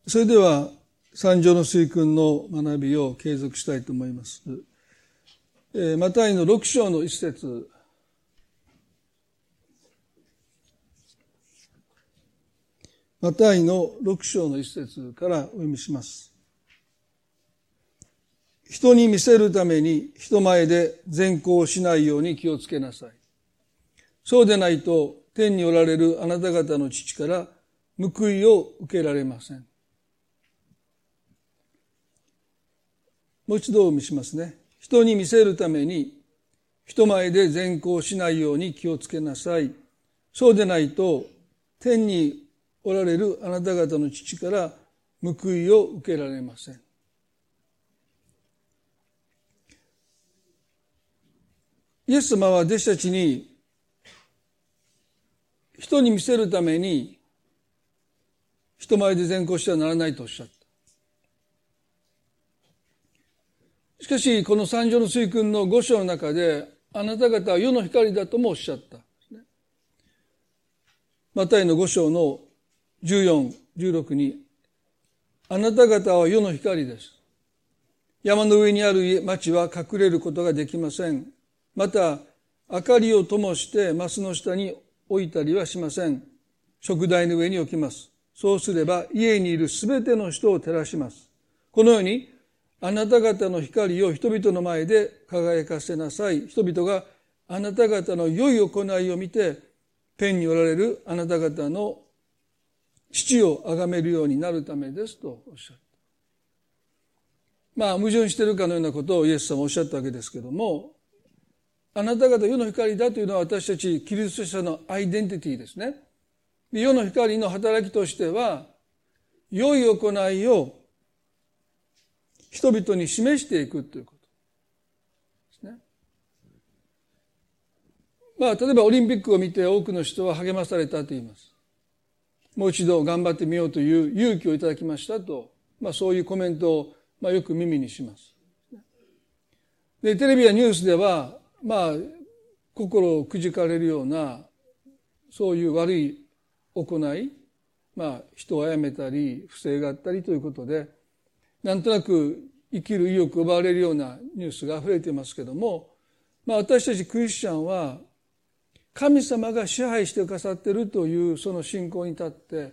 それでは三条の水訓の学びを継続したいと思います。マタイの6章の一節、マタイの6章の一節からお読みします。人に見せるために人前で善行をしないように気をつけなさい。そうでないと天におられるあなた方の父から報いを受けられません。もう一度お読みしますね。人に見せるために人前で善行をしないように気をつけなさい。そうでないと天におられるあなた方の父から報いを受けられません。イエス様は弟子たちに人に見せるために人前で善行してはならないとおっしゃった。しかしこの三条の水訓の5章の中であなた方は世の光だともおっしゃった。マタイの5章の14、16にあなた方は世の光です。山の上にある町は隠れることができません。また明かりを灯してマスの下に置いたりはしません。燭台の上に置きます。そうすれば家にいるすべての人を照らします。このようにあなた方の光を人々の前で輝かせなさい。人々があなた方の良い行いを見て天におられるあなた方の父を崇めるようになるためですとおっしゃった。矛盾しているかのようなことをイエス様はおっしゃったわけですけども、あなた方世の光だというのは私たちキリスト者のアイデンティティですね。世の光の働きとしては良い行いを人々に示していくということですね。例えばオリンピックを見て多くの人は励まされたと言います。もう一度頑張ってみようという勇気をいただきましたと、そういうコメントをよく耳にします。で、テレビやニュースでは心をくじかれるようなそういう悪い行い、人を殺めたり不正があったりということで、なんとなく生きる意欲を奪われるようなニュースが溢れていますけども、私たちクリスチャンは神様が支配してくださっているというその信仰に立って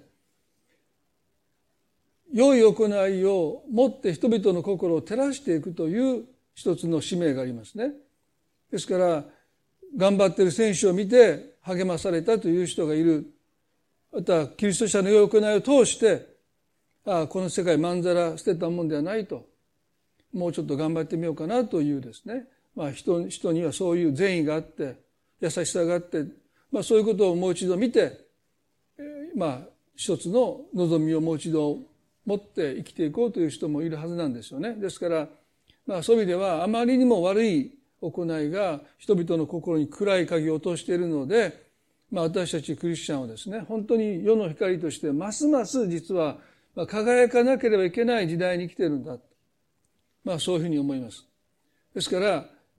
良い行いを持って人々の心を照らしていくという一つの使命がありますね。ですから頑張っている選手を見て励まされたという人がいる。またキリスト者の良い行いを通してこの世界まんざら捨てたもんではないと、もうちょっと頑張ってみようかなというですね、人にはそういう善意があって優しさがあって、そういうことをもう一度見て、一つの望みをもう一度持って生きていこうという人もいるはずなんですよね。ですから、そういう意味ではあまりにも悪い行いが人々の心に暗い影を落としているので、私たちクリスチャンはですね、本当に世の光としてますます実は輝かなければいけない時代に生きているんだ。そういうふうに思います。ですから、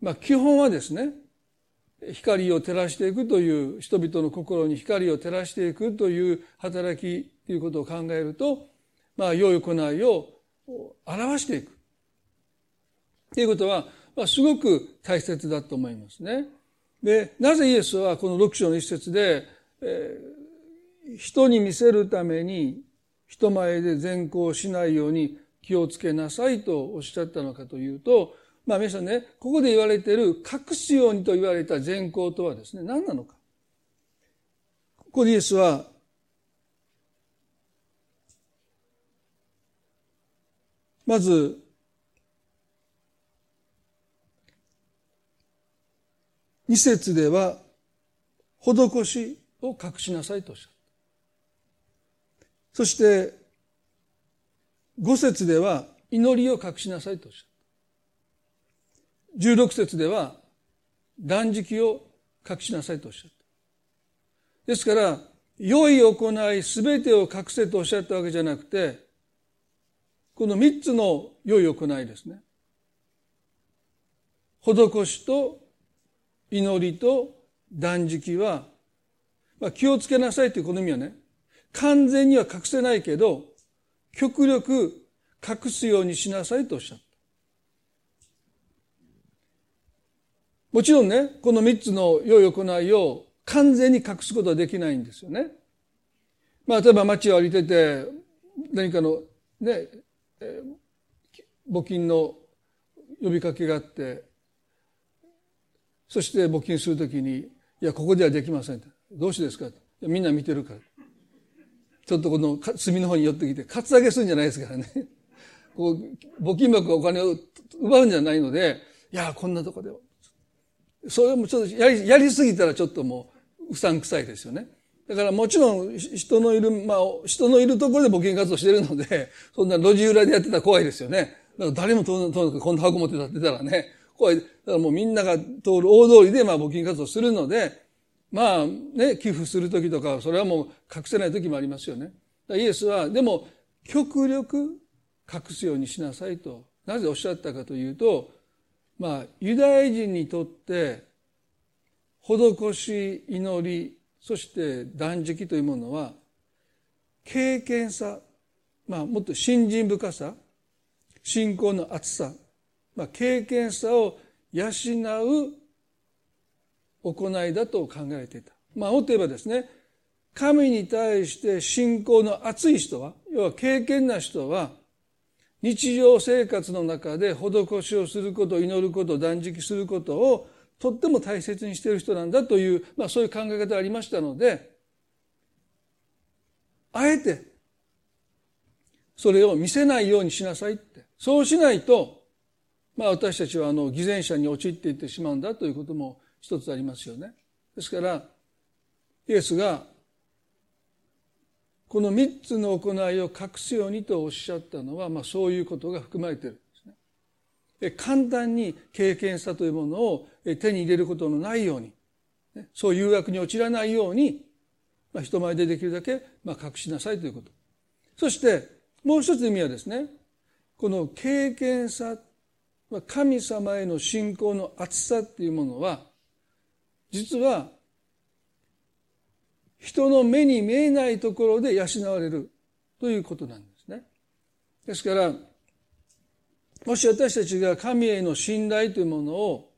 基本はですね、光を照らしていくという、人々の心に光を照らしていくという働きということを考えると、良い行いを表していくということは、すごく大切だと思いますね。で、なぜイエスはこの6章の一節で、人に見せるために人前で善行をしないように気をつけなさいとおっしゃったのかというと、皆さんね、ここで言われている隠すようにと言われた善行とはですね、何なのか。ここでイエスはまず2節では施しを隠しなさいとおっしゃった。そして5節では祈りを隠しなさいとおっしゃった。16節では断食を隠しなさいとおっしゃった。ですから良い行いすべてを隠せとおっしゃったわけじゃなくて、この3つの良い行いですね。施しと祈りと断食は、気をつけなさいというこの意味はね、完全には隠せないけど極力隠すようにしなさいとおっしゃった。もちろんね、この3つの良い行いを完全に隠すことはできないんですよね。例えば街を歩いてて何かのね、募金の呼びかけがあって、そして募金するときに、いやここではできません。どうしてですか。みんな見てるから。ちょっとこの隅の方に寄ってきてカツアゲするんじゃないですからね。こう募金箱お金を奪うんじゃないので、いやこんなとこでは。それもちょっとやりすぎたらちょっともううさんくさいですよね。だからもちろん人のいるところで募金活動してるので、そんな路地裏でやってたら怖いですよね。だから誰もとにかくこんな箱持って立ってたらね、怖い。だからもうみんなが通る大通りで募金活動するので、寄付するときとか、それはもう隠せないときもありますよね。イエスは、でも極力隠すようにしなさいと、なぜおっしゃったかというと、ユダヤ人にとって施し、祈り、そして断食というものは敬虔さ、もっと信心深さ、信仰の厚さ、敬虔さを養う行いだと考えられていた。もっと言えばですね、神に対して信仰の厚い人は、要は敬虔な人は、日常生活の中で施しをすること、祈ること、断食することをとっても大切にしている人なんだという、そういう考え方がありましたので、あえてそれを見せないようにしなさいって。そうしないと、私たちは偽善者に陥っていってしまうんだということも一つありますよね。ですから、イエスがこの3つの行いを隠すようにとおっしゃったのは、そういうことが含まれているんですね。簡単に敬虔さというものを手に入れることのないように、そういう誘惑に陥らないように、人前でできるだけ隠しなさいということ。そしてもう一つの意味はですね、この敬虔さ、神様への信仰の厚さっていうものは、実は人の目に見えないところで養われるということなんですね。ですから、もし私たちが神への信頼というものを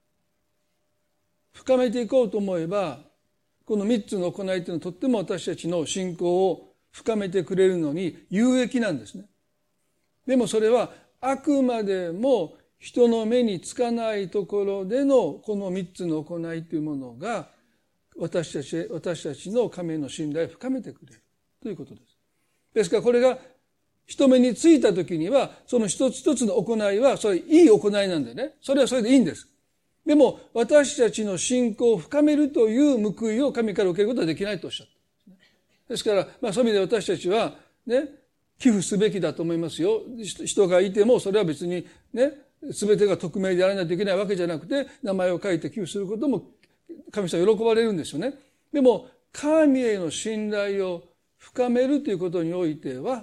深めていこうと思えば、この3つの行いというのはとっても私たちの信仰を深めてくれるのに有益なんですね。でもそれはあくまでも人の目につかないところでのこの3つの行いというものが私たちの神への信頼を深めてくれるということです。ですからこれが人目についたときには、その一つ一つの行いはそれいい行いなんでね、それはそれでいいんです。でも私たちの信仰を深めるという報いを神から受けることはできないとおっしゃった。ですから、そういう意味で私たちはね、寄付すべきだと思いますよ。人がいてもそれは別にね、全てが匿名でやらないといけないわけじゃなくて、名前を書いて寄付することも神様喜ばれるんですよね。でも神への信頼を深めるということにおいては、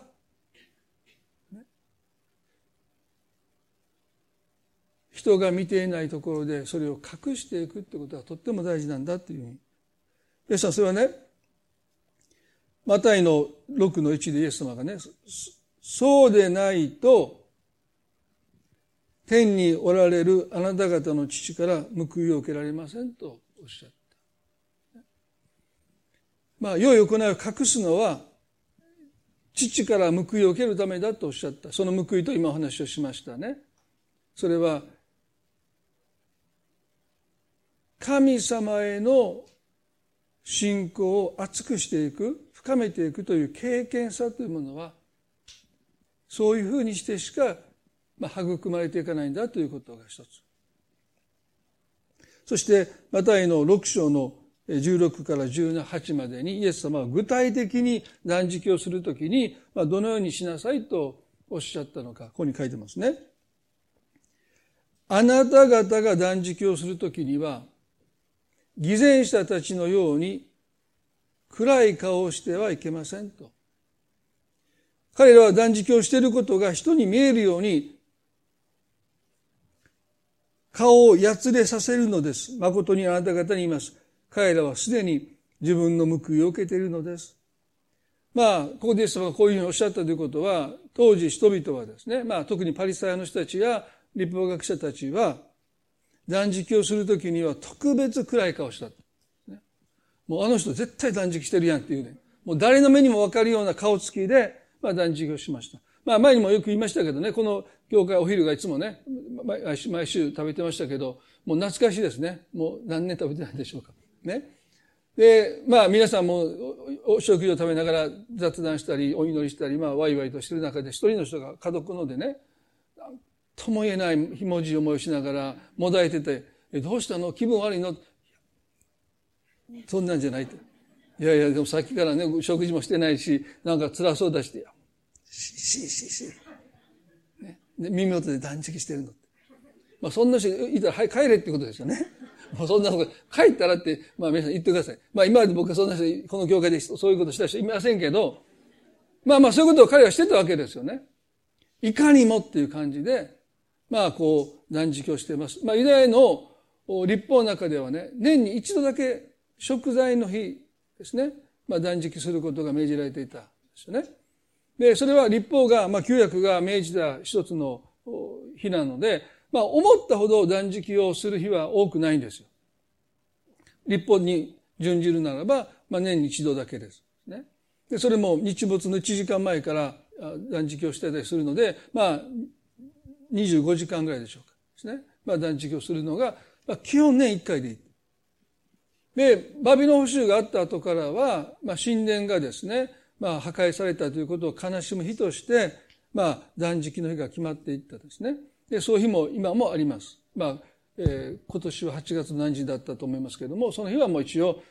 人が見ていないところでそれを隠していくということがとっても大事なんだというふうに。イエスはそれはね、マタイの6の1でイエス様がね、そうでないと天におられるあなた方の父から報いを受けられませんとおっしゃった。良い行いを隠すのは父から報いを受けるためだとおっしゃった。その報いと今お話をしましたね。それは神様への信仰を厚くしていく、深めていくという敬虔さというものは、そういうふうにしてしか育まれていかないんだということが一つ。そしてマタイの6章の16から18までにイエス様は具体的に断食をするときにどのようにしなさいとおっしゃったのか、ここに書いてますね。あなた方が断食をするときには偽善者たちのように暗い顔をしてはいけませんと。彼らは断食をしていることが人に見えるように顔をやつれさせるのです。誠にあなた方に言います。彼らはすでに自分の報いを受けているのです。 ここでイエス様がこういうふうにおっしゃったということは、当時人々はですね、特にパリサイ派の人たちや律法学者たちは、断食をするときには特別暗い顔をした。もうあの人絶対断食してるやんっていうね。もう誰の目にもわかるような顔つきで、断食をしました。前にもよく言いましたけどね、この教会お昼がいつもね、毎週食べてましたけど、もう懐かしいですね。もう何年食べてないでしょうか。ね。で、皆さんもお食事を食べながら雑談したり、お祈りしたり、ワイワイとしてる中で一人の人が家族のでね、なんとも言えないひもじい思いをしながらもだえてて、どうしたの？気分悪いの？そんなんじゃないって。いや、でもさっきからね、食事もしてないし、なんか辛そうだして、ね、で耳元で断食してるの。そんな人いたら、はい、帰れってことですよね。もうそんなとこ帰ったらって、皆さん言ってください。今まで僕はそんな人、この教会でそういうことした人いませんけど、そういうことを彼はしてたわけですよね。いかにもっていう感じで、断食をしています。ユダヤの律法の中ではね、年に一度だけ食材の日ですね、断食することが命じられていたんですよね。で、それは律法が、旧約が命じた一つの日なので、思ったほど断食をする日は多くないんですよ。律法に準じるならば、年に一度だけです。ね。で、それも日没の1時間前から断食をしてたりするので、25時間ぐらいでしょうか。ですね。断食をするのが、基本年1回でいい。で、バビロン捕囚があった後からは、神殿がですね、破壊されたということを悲しむ日として、断食の日が決まっていったですね。で、そういう日も今もあります。今年は8月の何日だったと思いますけれども、その日はもう一応、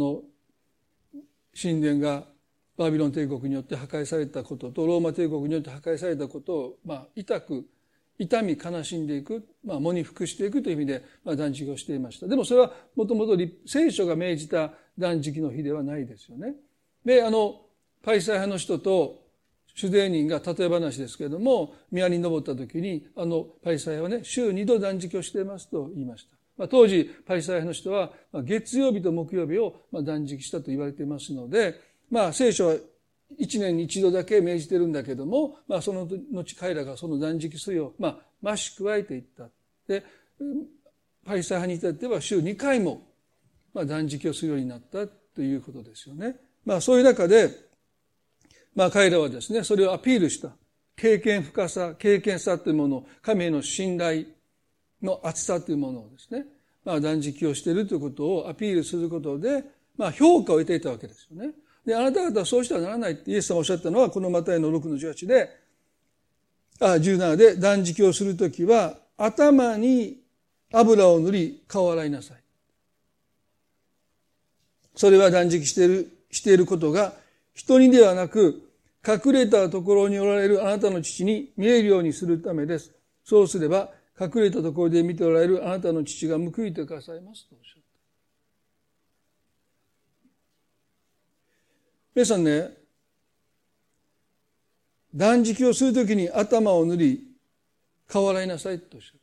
神殿がバビロン帝国によって破壊されたことと、ローマ帝国によって破壊されたことを、痛み悲しんでいく、喪に服していくという意味で、断食をしていました。でもそれはもともと聖書が命じた断食の日ではないですよね。で、パリサイ派の人と主税人が例え話ですけれども、宮に登った時に、パリサイ派はね、週2度断食をしていますと言いました。当時、パリサイ派の人は、月曜日と木曜日を断食したと言われていますので、聖書は1年に一度だけ命じてるんだけども、その後彼らがその断食するよう、増し加えていった。で、パリサイ派に至っては週2回も、断食をするようになったということですよね。そういう中で、彼らはですね、それをアピールした。経験さというもの、神への信頼の厚さというものをですね、断食をしているということをアピールすることで、評価を得ていたわけですよね。で、あなた方はそうしてはならないってイエス様がおっしゃったのは、このマタイの6の18で、17で、断食をするときは、頭に油を塗り、顔を洗いなさい。それは断食していることが、人にではなく、隠れたところにおられるあなたの父に見えるようにするためです。そうすれば、隠れたところで見ておられるあなたの父が報いてくださいますとおっしゃった。皆さんね、断食をするときに頭を塗り、顔を洗いなさいとおっしゃった。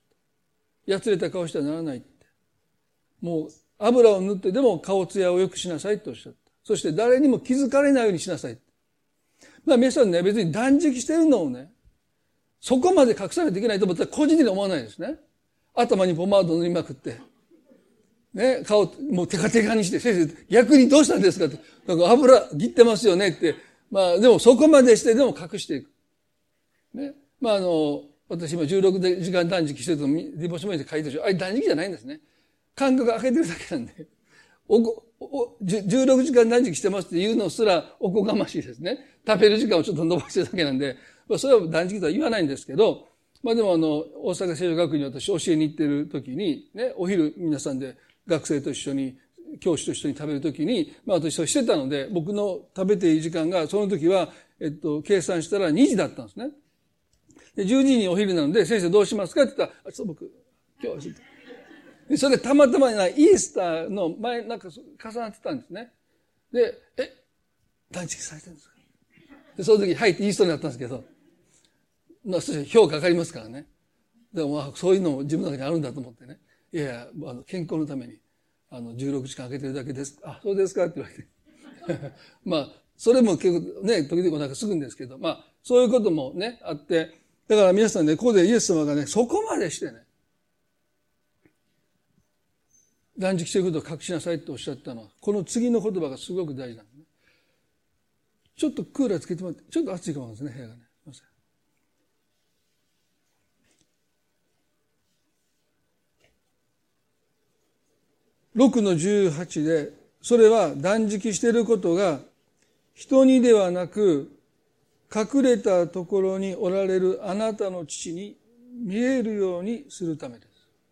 やつれた顔してはならないって。もう油を塗ってでも顔つやを良くしなさいとおっしゃった。そして誰にも気づかれないようにしなさい。皆さんね、別に断食してるのをね、そこまで隠さないといけないと思ったら個人的に思わないですね。頭にポマード塗りまくって。ね、顔もうテカテカにして、先生、逆にどうしたんですかって、なんか油ぎってますよねって、でもそこまでしてでも隠していく。ね。私今16時間断食してると、デボシモニで書いてるでしょ。あれ断食じゃないんですね。間隔空けてるだけなんで。16時間断食してますって言うのすらおこがましいですね。食べる時間をちょっと伸ばしてるだけなんで、それは断食とは言わないんですけど、でも大阪聖書学院に私教えに行ってる時に、ね、お昼皆さんで学生と一緒に、教師と一緒に食べるときに、私それしてたので、僕の食べていい時間が、その時は、計算したら2時だったんですね。で、10時にお昼なので、先生どうしますかって言ったら、僕、今日はでそれでたまたまイースターの前、重なってたんですね。で、断食されてるんですかで、その時、はいって言いそうになったんですけど、そして評価かかりますからね。でもそういうのも自分の中にあるんだと思ってね。いや健康のために、16時間空けてるだけです。あ、そうですかって言われて。 それも結構ね、時々お腹すくんですけど、そういうこともね、あって、だから皆さんね、ここでイエス様がね、そこまでしてね、断食していることを隠しなさいっておっしゃったのは、この次の言葉がすごく大事なんですね。ちょっとクーラーつけてもらって、ちょっと暑いかもですね、部屋がね。すいません。6の18で、それは断食していることが人にではなく、隠れたところにおられるあなたの父に見えるようにするためです。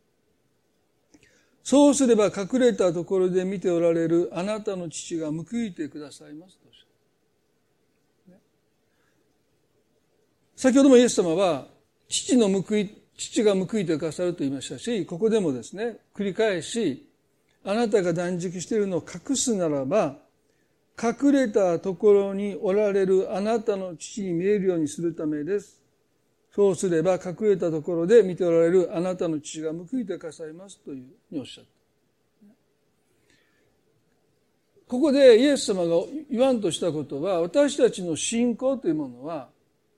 そうすれば隠れたところで見ておられるあなたの父が報いてくださいますとおっしゃる。先ほどもイエス様は父が報いてくださると言いましたし、ここでもですね、繰り返し、あなたが断食しているのを隠すならば、隠れたところにおられるあなたの父に見えるようにするためです。そうすれば隠れたところで見ておられるあなたの父が報いてくださいますというふうにおっしゃった。ここでイエス様が言わんとしたことは、私たちの信仰というものは、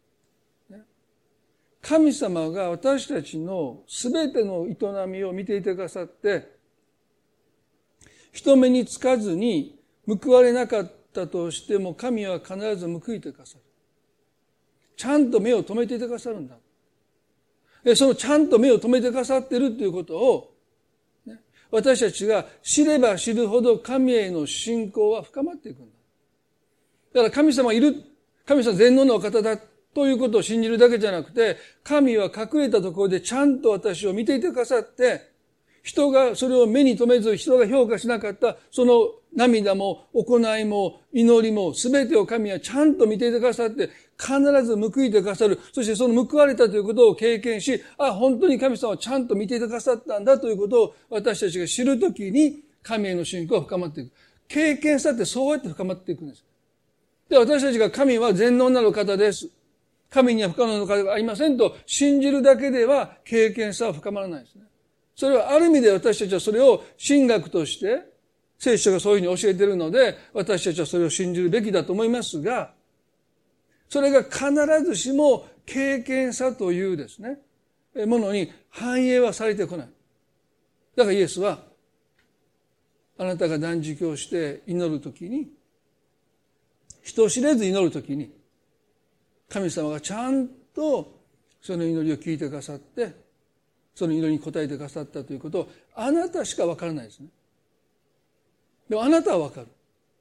神様が私たちのすべての営みを見ていてくださって、人目につかずに報われなかったとしても神は必ず報いてくださる。ちゃんと目を留めていてくださるんだ。そのちゃんと目を留めてくださっているということを、私たちが知れば知るほど神への信仰は深まっていくんだ。だから神様いる、神様全能のお方だということを信じるだけじゃなくて、神は隠れたところでちゃんと私を見ていてくださって、人がそれを目に留めず、人が評価しなかったその涙も行いも祈りも全てを神はちゃんと見ていてくださって、必ず報いてくださる。そしてその報われたということを経験し、本当に神様はちゃんと見ていてくださったんだということを私たちが知るときに神への信仰が深まっていく。経験したってそうやって深まっていくんです。で、私たちが神は全能なる方です。神には不可能な方がありませんと信じるだけでは経験さは深まらないですね。それはある意味で私たちはそれを神学として聖書がそういうふうに教えているので私たちはそれを信じるべきだと思いますが、それが必ずしも経験さというですね、ものに反映はされてこない。だからイエスはあなたが断食をして祈るときに、人知れず祈るときに神様がちゃんとその祈りを聞いてくださってその祈りに応えてくださったということをあなたしか分からないですね。でもあなたは分かる。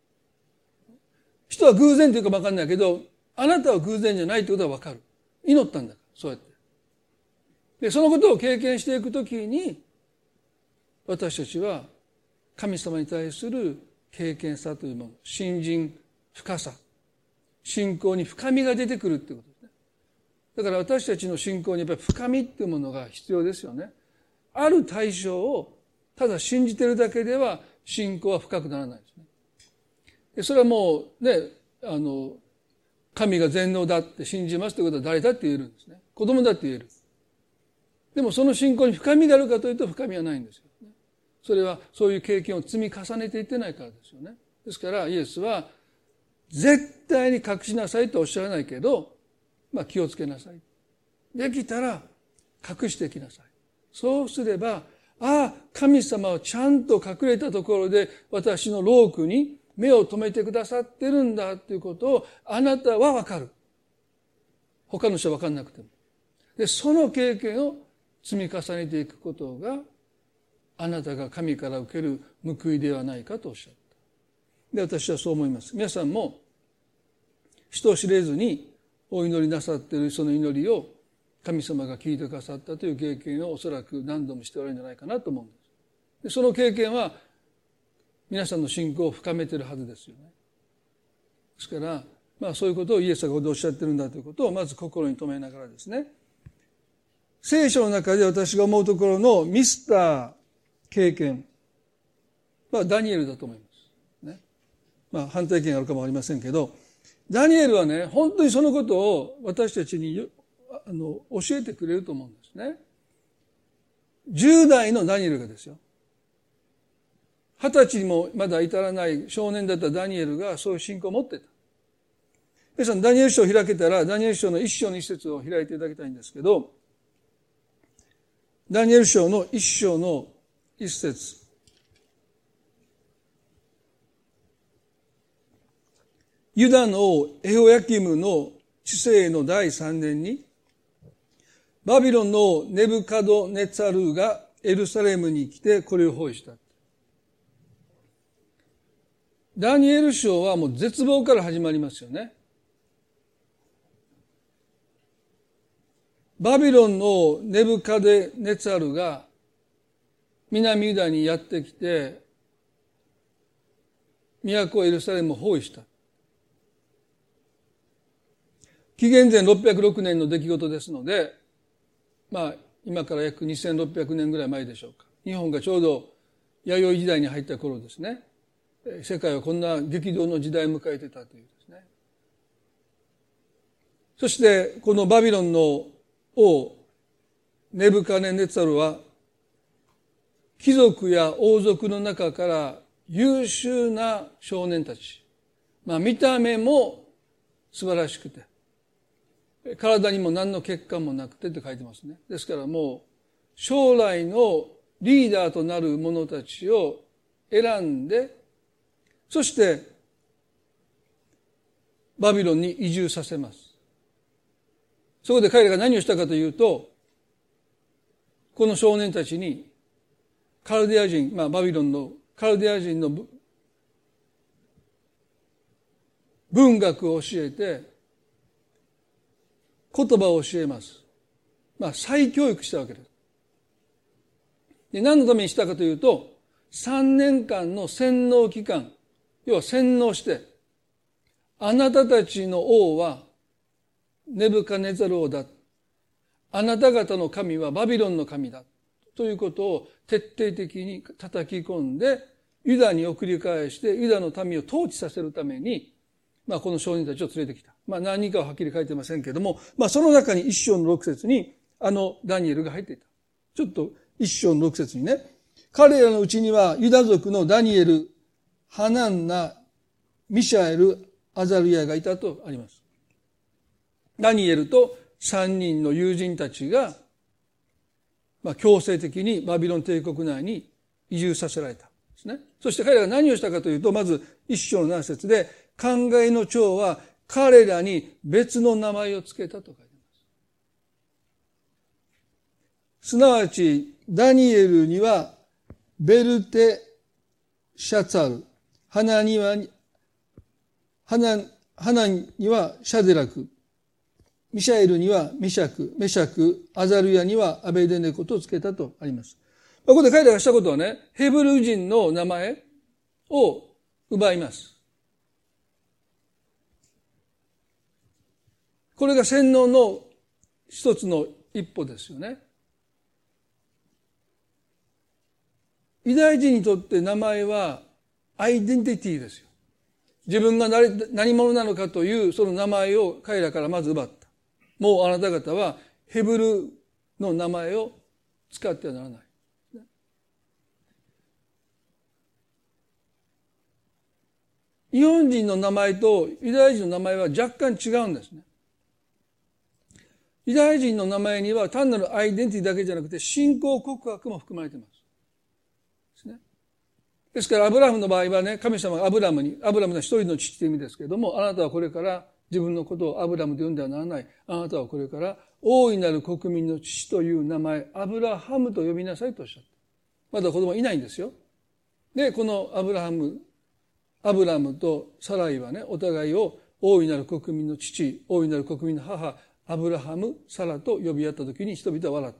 人は偶然というか分かんないけど、あなたは偶然じゃないということは分かる。祈ったんだから、そうやって。で、そのことを経験していくときに、私たちは神様に対する経験さというもの、信心深さ、信仰に深みが出てくるということですね。だから私たちの信仰にやっぱり深みっていうものが必要ですよね。ある対象をただ信じているだけでは信仰は深くならないですね。でそれはもうね、神が全能だって信じますということは誰だって言えるんですね。子供だって言える。でもその信仰に深みがあるかというと深みはないんですよね。それはそういう経験を積み重ねていってないからですよね。ですからイエスは絶対に隠しなさいとおっしゃらないけど、気をつけなさい。できたら隠してきなさい。そうすれば、神様はちゃんと隠れたところで私の労苦に目を留めてくださってるんだということをあなたはわかる。他の人はわかんなくても。で、その経験を積み重ねていくことがあなたが神から受ける報いではないかとおっしゃった。で、私はそう思います。皆さんも人を知れずにお祈りなさっているその祈りを神様が聞いてくださったという経験をおそらく何度もしておられるんじゃないかなと思うんです。でその経験は皆さんの信仰を深めているはずですよね。ですから、そういうことをイエスがおっしゃってるんだということをまず心に留めながらですね、聖書の中で私が思うところのミスター経験はダニエルだと思いますね。反対意見があるかもありませんけど、ダニエルはね、本当にそのことを私たちに教えてくれると思うんですね。10代のダニエルがですよ。20歳にもまだ至らない少年だったダニエルがそういう信仰を持ってた。 皆さんダニエル書を開けたら、ダニエル書の一章の一節を開いていただきたいんですけど、ダニエル書の一章の一節。ユダの王エホヤキムの治世の第3年に、バビロンのネブカドネツァルがエルサレムに来てこれを包囲した。ダニエル書はもう絶望から始まりますよね。バビロンのネブカデネツァルが南ユダにやってきて、都エルサレムを包囲した。紀元前606年の出来事ですので、今から約2600年ぐらい前でしょうか。日本がちょうど弥生時代に入った頃ですね。世界はこんな激動の時代を迎えてたというですね。そしてこのバビロンの王ネブカデネツァルは貴族や王族の中から優秀な少年たち、見た目も素晴らしくて体にも何の欠陥もなくてって書いてますね。ですからもう将来のリーダーとなる者たちを選んで、そしてバビロンに移住させます。そこで彼らが何をしたかというと、この少年たちにカルデア人、バビロンのカルデア人の文学を教えて言葉を教えます。再教育したわけです。で、何のためにしたかというと、3年間の洗脳期間、要は洗脳して、あなたたちの王はネブカネザル王だ。あなた方の神はバビロンの神だ。ということを徹底的に叩き込んで、ユダに送り返して、ユダの民を統治させるために、この少年たちを連れてきた。何人かははっきり書いてませんけれども、その中に一章の6節に、ダニエルが入っていた。ちょっと一章の6節にね、彼らのうちにはユダ族のダニエル、ハナンナ、ミシャエル、アザルヤがいたとあります。ダニエルと3人の友人たちが、強制的にバビロン帝国内に移住させられたんですね。そして彼らが何をしたかというと、まず一章の7節で、考えの長は彼らに別の名前をつけたと書いています。すなわち、ダニエルにはベルテシャツァル、ハナンにはシャデラク、ミシャエルにはミシャク、メシャク、アザルヤにはアベデネコとつけたとあります。ここで彼らがしたことはね、ヘブル人の名前を奪います。これが洗脳の一つの一歩ですよね。ユダヤ人にとって名前はアイデンティティですよ。自分が何者なのかというその名前を彼らからまず奪った。もうあなた方はヘブルの名前を使ってはならない。日本人の名前とユダヤ人の名前は若干違うんですね。ユダヤ人の名前には単なるアイデンティティだけじゃなくて信仰告白も含まれています。ですからアブラハムの場合はね、神様がアブラムの一人の父という意味ですけれども、あなたはこれから自分のことをアブラムと呼んではならない。あなたはこれから大いなる国民の父という名前、アブラハムと呼びなさいとおっしゃった。まだ子供いないんですよ。で、このアブラムとサライはね、お互いを大いなる国民の父、大いなる国民の母、アブラハム、サラと呼び合ったときに人々は笑った。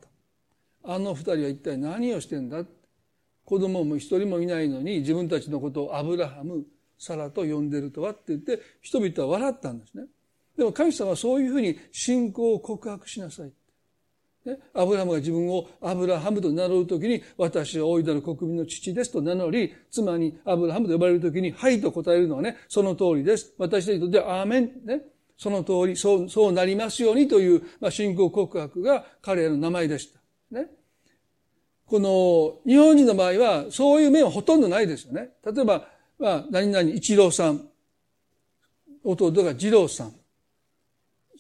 あの二人は一体何をしてんだ？子供も一人もいないのに自分たちのことをアブラハム、サラと呼んでるとはって言って人々は笑ったんですね。でも神様はそういうふうに信仰を告白しなさい。ね、アブラハムが自分をアブラハムと名乗るときに、私は大いなる国民の父ですと名乗り、妻にアブラハムと呼ばれるときに、はいと答えるのはね、その通りです。私たちにとってはアーメン。ね、その通り、そうなりますようにという、信仰告白が彼らの名前でした。ね。この、日本人の場合は、そういう面はほとんどないですよね。例えば、何々一郎さん、弟が二郎さん、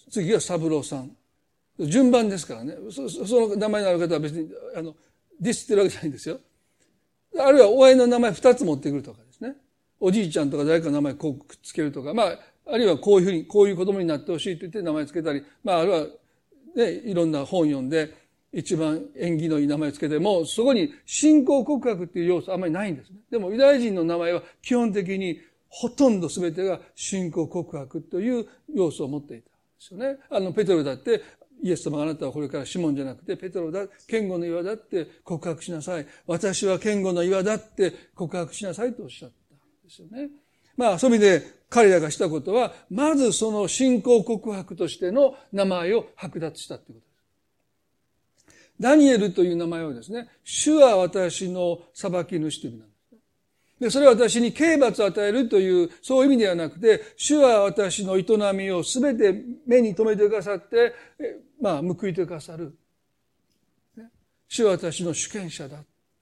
次は三郎さん。順番ですからね。その名前のある方は別にディスってるわけじゃないんですよ。あるいは親の名前2つ持ってくるとかですね。おじいちゃんとか誰かの名前こうくっつけるとか、あるいはこういうふうに、こういう子供になってほしいと言って名前つけたり、あるいはね、いろんな本読んで一番縁起のいい名前をつけても、そこに信仰告白っていう要素はあんまりないんですね。でもユダヤ人の名前は基本的にほとんど全てが信仰告白という要素を持っていたんですよね。ペテロだってイエス様あなたはこれからシモンじゃなくてペテロだ、堅固の岩だって告白しなさい。私は堅固の岩だって告白しなさいとおっしゃったんですよね。そういう意味で彼らがしたことは、まずその信仰告白としての名前を剥奪したということです。ダニエルという名前はですね、主は私の裁き主という意味なんです。で、それは私に刑罰を与えるという、そういう意味ではなくて、主は私の営みをすべて目に留めてくださって、報いてくださる。主は私の主権者だ。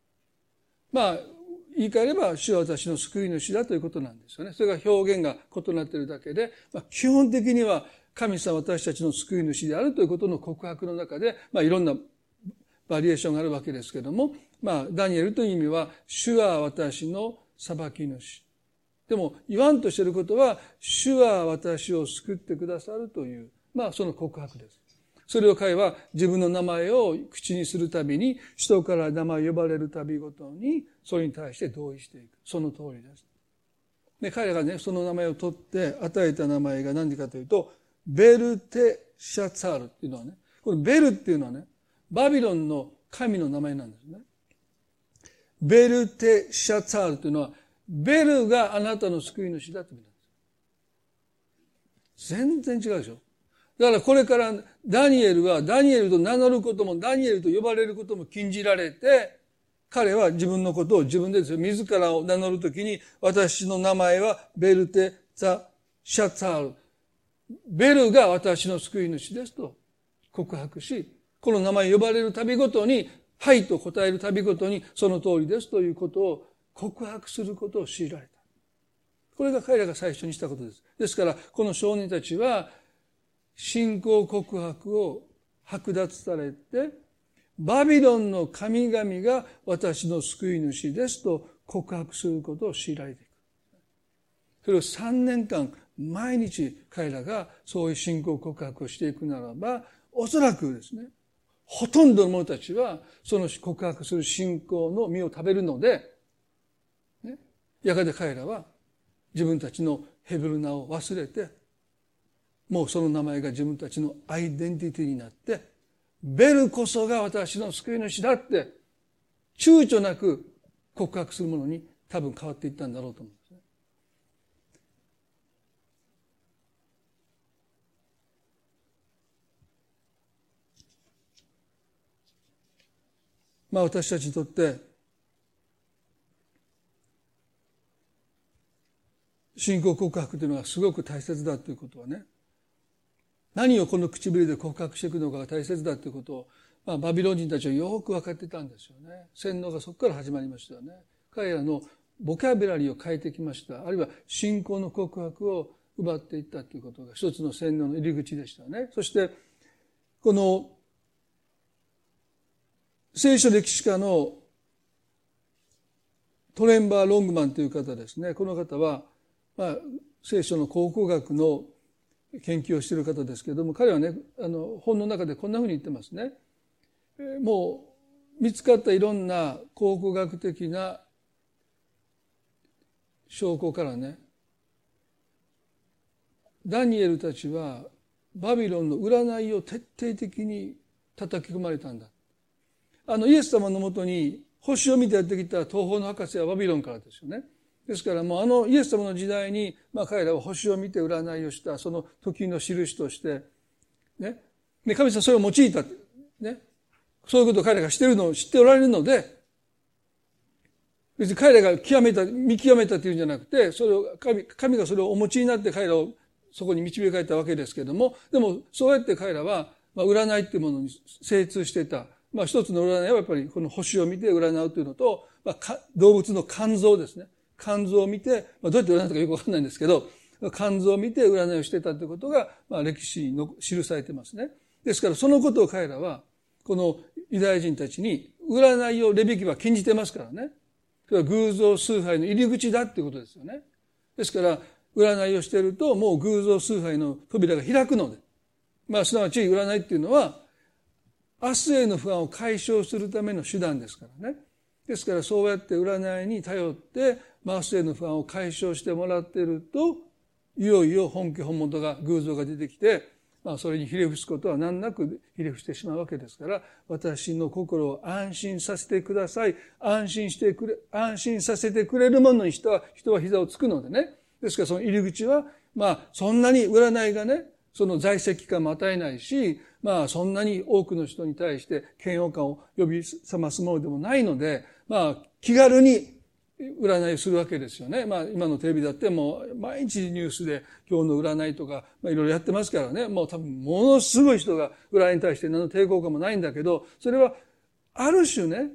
言い換えれば、主は私の救い主だということなんですよね。それが表現が異なっているだけで、基本的には神様私たちの救い主であるということの告白の中で、いろんなバリエーションがあるわけですけれども、ダニエルという意味は、主は私の裁き主。でも言わんとしていることは、主は私を救ってくださるという、その告白です。それを彼は自分の名前を口にするたびに、人から名前を呼ばれるたびごとに、それに対して同意していく。その通りです。で、彼がね、その名前を取って与えた名前が何かというと、ベルテシャツァールっていうのはね、このベルっていうのはね、バビロンの神の名前なんですね。ベルテシャツァールというのは、ベルがあなたの救い主だという意味なんです。全然違うでしょ。だからこれからダニエルはダニエルと名乗ることもダニエルと呼ばれることも禁じられて、彼は自分のことを自分でですよ、自らを名乗るときに、私の名前はベルテシャツァール。ベルが私の救い主ですと告白し、この名前呼ばれるたびごとに、はいと答えるたびごとにその通りですということを告白することを強いられた。これが彼らが最初にしたことです。ですからこの少年たちは信仰告白を剥奪されて、バビロンの神々が私の救い主ですと告白することを強いられていく。それを3年間毎日彼らがそういう信仰告白をしていくならば、おそらくですね、ほとんどの者たちはその告白する信仰の実を食べるので、やがて彼らは自分たちのヘブル名を忘れて、もうその名前が自分たちのアイデンティティになって、ベルこそが私の救い主だって躊躇なく告白するものに多分変わっていったんだろうと思うんですね。私たちにとって信仰告白というのはすごく大切だということはね、何をこの唇で告白していくのかが大切だということを、バビロン人たちはよく分かってたんですよね。洗脳がそこから始まりましたよね。彼らのボキャブラリーを変えてきました。あるいは信仰の告白を奪っていったということが一つの洗脳の入り口でしたね。そしてこの聖書歴史家のトレンバー・ロングマンという方ですね。この方は、聖書の考古学の研究をしている方ですけれども、彼はね、本の中でこんなふうに言ってますね。もう見つかったいろんな考古学的な証拠からね、ダニエルたちはバビロンの占いを徹底的に叩き込まれたんだ。イエス様のもとに星を見てやってきた東方の博士はバビロンからですよね。ですからもうイエス様の時代に、彼らは星を見て占いをしたその時の印としてね、で神様それを用いたね、そういうことを彼らがしているのを知っておられるので、別に彼らが見極めたというんじゃなくて、それを神がそれをお持ちになって彼らをそこに導かれたわけですけれども、でもそうやって彼らは占いっていうものに精通していた。一つの占いはやっぱりこの星を見て占うというのと、動物の肝臓ですね。肝臓を見て、どうやって占うかよくわかんないんですけど、 肝臓を見て占いをしてたということが、歴史に記されてますね。ですからそのことを彼らは、このユダヤ人たちに占いをレビ記は禁じてますからね。それは偶像崇拝の入り口だっていうことですよね。ですから、占いをしていると、もう偶像崇拝の扉が開くので。すなわち占いっていうのは、明日への不安を解消するための手段ですからね。ですからそうやって占いに頼って、明日への不安を解消してもらっていると、いよいよ本家本元が偶像が出てきて、それにひれ伏すことは難なくひれ伏してしまうわけですから、私の心を安心させてください。安心させてくれるものに人は膝をつくのでね。ですからその入り口は、そんなに占いがね、その在籍感も与えないし、そんなに多くの人に対して嫌悪感を呼び覚ますものでもないので、気軽に占いをするわけですよね。今のテレビだってもう毎日ニュースで今日の占いとか、いろいろやってますからね。もう多分ものすごい人が占いに対して何の抵抗感もないんだけど、それはある種ね、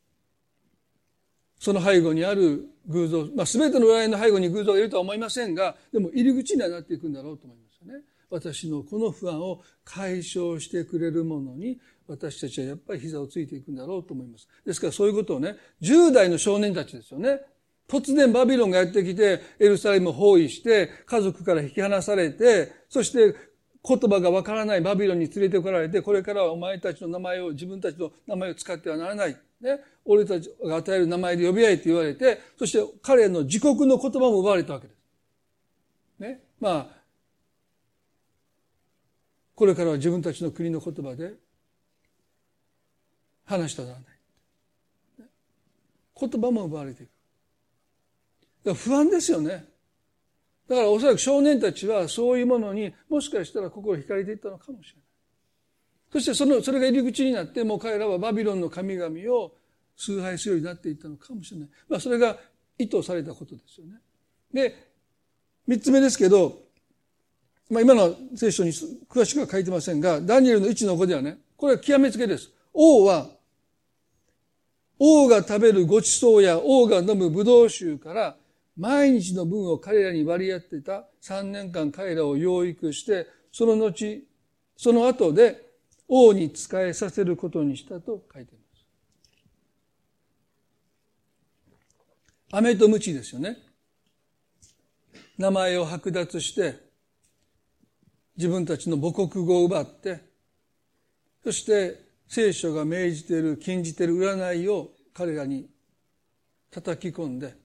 その背後にある偶像、全ての占いの背後に偶像がいるとは思いませんが、でも入り口にはなっていくんだろうと思いますよね。私のこの不安を解消してくれるものに私たちはやっぱり膝をついていくんだろうと思います。ですからそういうことをね、10代の少年たちですよね。突然バビロンがやってきてエルサレムを包囲して家族から引き離されて、そして言葉がわからないバビロンに連れてこられて、これからはお前たちの名前を、自分たちの名前を使ってはならない。ね。俺たちが与える名前で呼び合えと言われて、そして彼の自国の言葉も奪われたわけです。ね。これからは自分たちの国の言葉で話してはならない。言葉も奪われていく。だから不安ですよね。だからおそらく少年たちはそういうものにもしかしたら心惹かれていったのかもしれない。そしてそれが入り口になって、もう彼らはバビロンの神々を崇拝するようになっていったのかもしれない。それが意図されたことですよね。で、三つ目ですけど、今の聖書に詳しくは書いてませんが、ダニエルの 1-5 ではね、これは極めつけです。王が食べるごちそうや王が飲むブドウ酒から毎日の分を彼らに割り当てた3年間彼らを養育して、その後で王に仕えさせることにしたと書いています。飴と鞭ですよね。名前を剥奪して自分たちの母国語を奪って、そして聖書が命じている、禁じている占いを彼らに叩き込んで、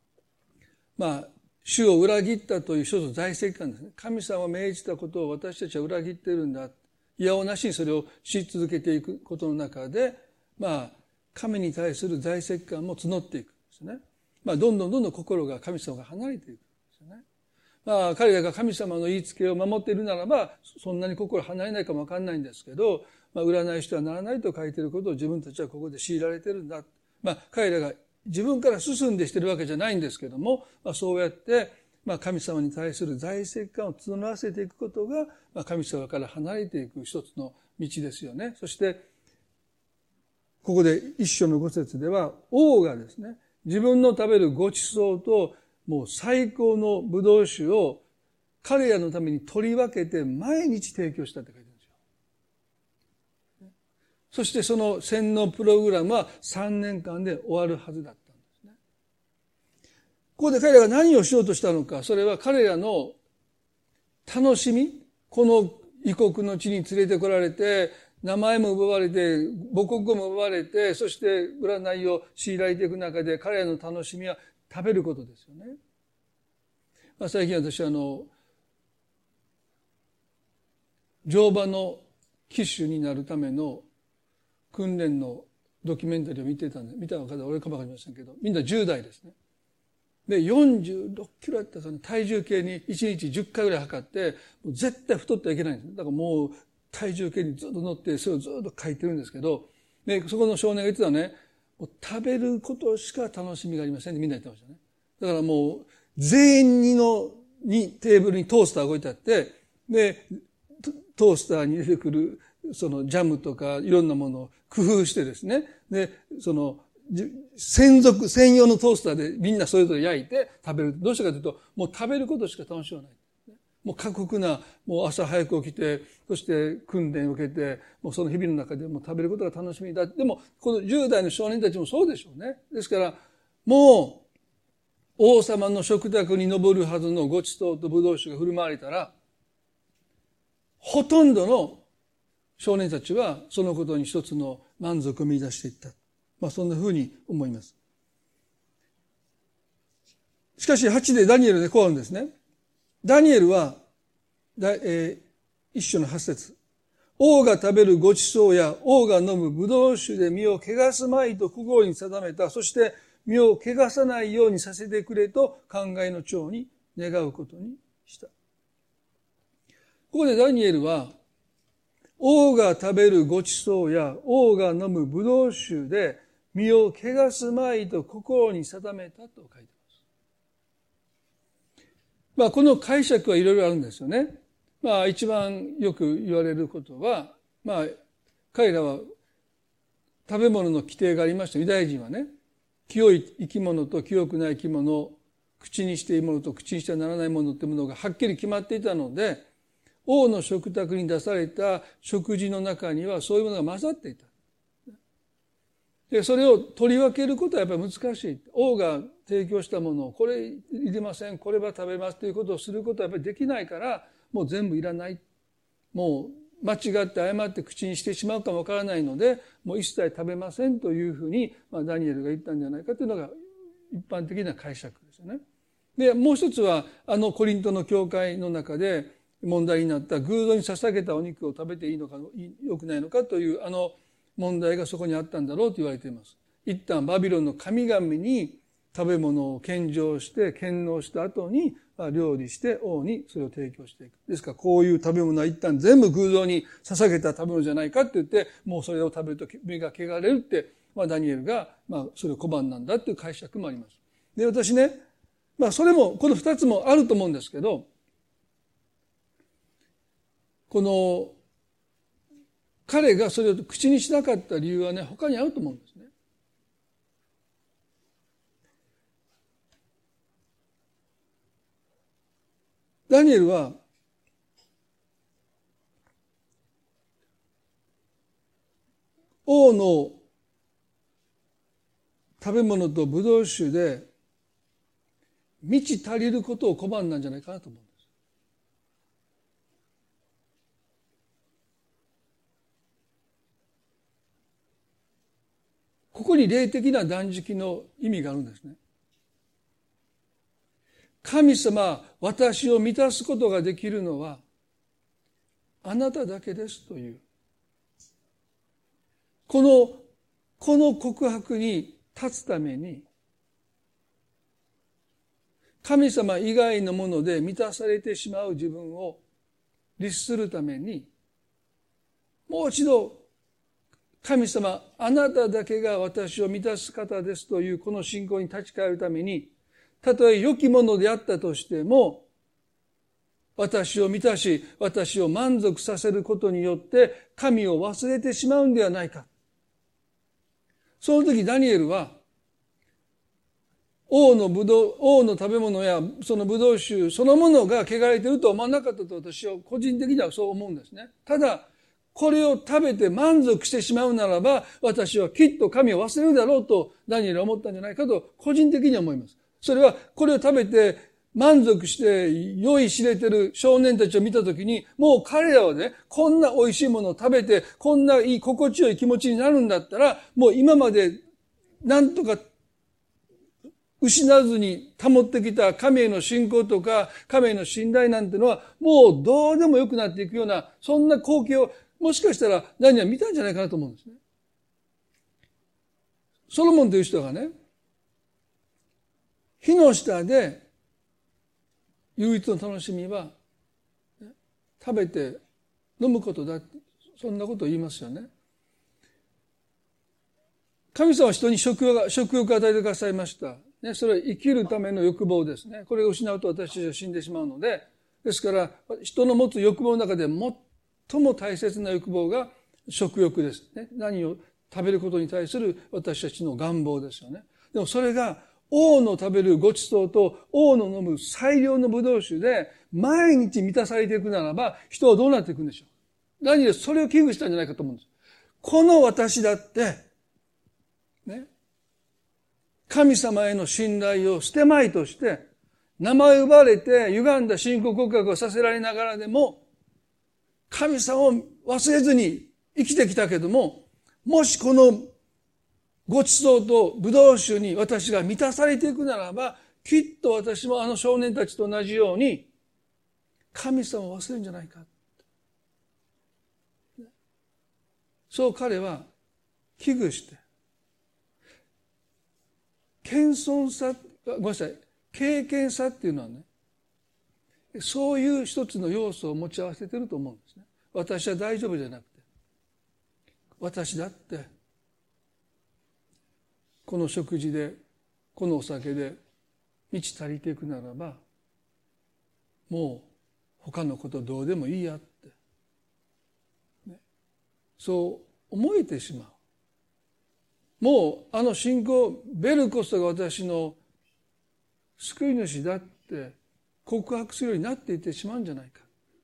主を裏切ったという一つの在籍感ですね。神様が命じたことを私たちは裏切っているんだ。いやおなしにそれをし続けていくことの中で、神に対する在籍感も募っていくんですね。どんどん心が神様が離れていくんですよね。彼らが神様の言いつけを守っているならば、そんなに心離れないかもわかんないんですけど、占いしてはならないと書いていることを自分たちはここで強いられているんだ。彼らが自分から進んでしてるわけじゃないんですけども、そうやって、神様に対する在籍感を募らせていくことが、神様から離れていく一つの道ですよね。そして、ここで一章の5節では、王がですね、自分の食べるごちそうと、もう最高のブドウ酒を彼らのために取り分けて毎日提供したって書いてあるんですよ。そしてその洗脳プログラムは3年間で終わるはずだったんですね。ここで彼らが何をしようとしたのか、それは彼らの楽しみ、この異国の地に連れてこられて、名前も奪われて、母国語も奪われて、そして占いを強いられていく中で彼らの楽しみは食べることですよね。最近私は乗馬の騎手になるための訓練のドキュメンタリーを見てたんで、見た方は俺かもわかりませんけど、みんな10代ですね。で、46キロやったかな、体重計に1日10回ぐらい測って、もう絶対太ってはいけないんです。だからもう体重計にずっと乗って、それをずっと書いてるんですけど、で、そこの少年が言ってたね、もう食べることしか楽しみがありませんってみんな言ってましたね。だからもう、全員にテーブルにトースターが置いてあって、で、トースターに出てくる、そのジャムとかいろんなものを工夫してですね、で、専用のトースターでみんなそれぞれ焼いて食べる。どうしてかというと、もう食べることしか楽しみがない。 もう過酷な、もう朝早く起きて、そして訓練を受けて、もうその日々の中でも食べることが楽しみだ。でも、この10代の少年たちもそうでしょうね。ですから、もう、王様の食卓に上るはずのごちそうと葡萄酒が振る舞われたら、ほとんどの少年たちはそのことに一つの満足を見出していった。そんなふうに思います。しかし8でダニエルでこうあるんですね。ダニエルは、一章の8節。王が食べるごちそうや王が飲む葡萄酒で身を汚すまいと心に定めた。そして身を汚さないようにさせてくれと考えの長に願うことにした。ここでダニエルは、王が食べるごちそうや王が飲む葡萄酒で身を汚すまいと心に定めたと書いてある。この解釈はいろいろあるんですよね。一番よく言われることは、彼らは食べ物の規定がありました。ユダヤ人はね、清い生き物と清くない生き物、口にしていいものと口にしてはならないものというものがはっきり決まっていたので、王の食卓に出された食事の中にはそういうものが混ざっていた。で、それを取り分けることはやっぱり難しい。王が提供したものをこれいりません、これは食べますということをすることはやっぱりできないから、もう全部いらない。もう間違って誤って口にしてしまうかもわからないので、もう一切食べませんというふうに、ダニエルが言ったんじゃないかというのが一般的な解釈ですよね。で、もう一つはコリントの教会の中で問題になった偶像に捧げたお肉を食べていいのか良くないのかという問題がそこにあったんだろうと言われています。一旦バビロンの神々に食べ物を献上して献納した後に料理して王にそれを提供していく。ですからこういう食べ物は一旦全部偶像に捧げた食べ物じゃないかって言って、もうそれを食べると身が汚れるって、ダニエルがそれを拒んだんだっていう解釈もあります。で、私ね、それもこの二つもあると思うんですけど、この彼がそれを口にしなかった理由はね、他にあると思うんですね。ダニエルは王の食べ物と葡萄酒で満ち足りることを拒んだんじゃないかなと思うんです。ここに霊的な断食の意味があるんですね。神様、私を満たすことができるのはあなただけですという。この告白に立つために、神様以外のもので満たされてしまう自分を律するために、もう一度、神様、あなただけが私を満たす方ですというこの信仰に立ち返るために、たとえ良きものであったとしても、私を満たし、私を満足させることによって神を忘れてしまうんではないか。その時ダニエルは、王の食べ物やその葡萄酒そのものが汚れているとは思わなかったと私は個人的にはそう思うんですね。ただ、これを食べて満足してしまうならば、私はきっと神を忘れるだろうとダニエルは思ったんじゃないかと個人的には思います。それはこれを食べて満足して酔いしれてる少年たちを見たときに、もう彼らはね、こんな美味しいものを食べて、こんないい心地よい気持ちになるんだったら、もう今までなんとか失わずに保ってきた神への信仰とか神への信頼なんてのはもうどうでもよくなっていくような、そんな光景をもしかしたらダニエルは見たんじゃないかなと思うんですね。ソロモンという人がね、火の下で唯一の楽しみは食べて飲むことだ、そんなことを言いますよね。神様は人に食欲を与えてくださいました。それは生きるための欲望ですね。これを失うと私たちは死んでしまうので、ですから人の持つ欲望の中で最も大切な欲望が食欲ですね。何を食べることに対する私たちの願望ですよね。でもそれが王の食べるごちそうと王の飲む最良のブドウ酒で毎日満たされていくならば、人はどうなっていくんでしょう。ダニエルそれを危惧したんじゃないかと思うんです。この私だって、ね、神様への信頼を捨てまいとして、名前を奪われて歪んだ信仰告白をさせられながらでも、神様を忘れずに生きてきたけども、もしこのごちそうとブドウ酒に私が満たされていくならば、きっと私もあの少年たちと同じように神様を忘れるんじゃないか。そう彼は危惧して、謙遜さ、ごめんなさい、敬虔さっていうのはね、そういう一つの要素を持ち合わせていると思うんですね。私は大丈夫じゃなくて、私だってこの食事で、このお酒で満ち足りていくならば、もう他のことどうでもいいやって、ね、そう思えてしまう。もうあの信仰、ベルこそが私の救い主だって告白するようになっていってしまうんじゃないか。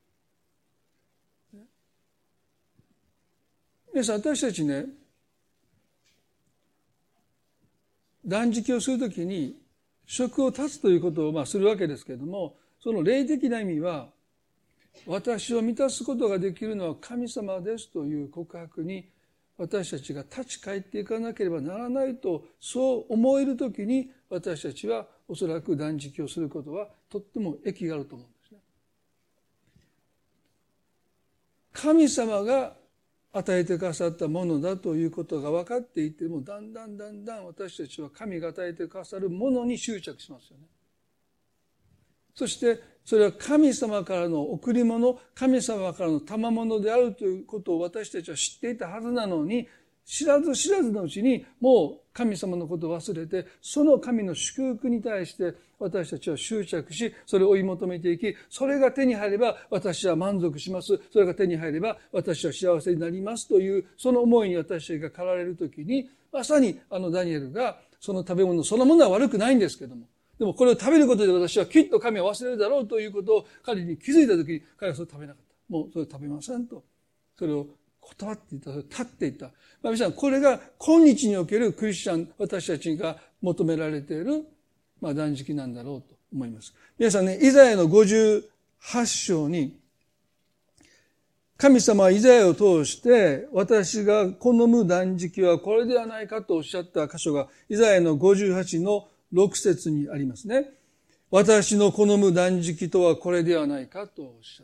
皆さん、私たちね、断食をするときに食を断つということをするわけですけれども、その霊的な意味は、私を満たすことができるのは神様ですという告白に私たちが立ち返っていかなければならないと、そう思えるときに私たちはおそらく断食をすることはとっても益があると思うんですね。神様が与えてくださったものだということが分かっていても、だんだん私たちは神が与えてくださるものに執着しますよね。そしてそれは神様からの贈り物、神様からの賜物であるということを私たちは知っていたはずなのに、知らず知らずのうちにもう神様のことを忘れて、その神の祝福に対して私たちは執着し、それを追い求めていき、それが手に入れば私は満足します、それが手に入れば私は幸せになりますという、その思いに私たちが駆られるときに、まさにダニエルがその食べ物そのものは悪くないんですけども、でもこれを食べることで私はきっと神を忘れるだろうということを彼に気づいたときに、彼はそれを食べなかった。もうそれを食べませんと。それを断っていた。それを立っていた。皆さん、これが今日におけるクリスチャン、私たちが求められている、断食なんだろうと思います。皆さんね、イザヤの58章に、神様はイザヤを通して、私が好む断食はこれではないかとおっしゃった箇所が、イザヤの58の6節にありますね。私の好む断食とはこれではないかとおっしゃった。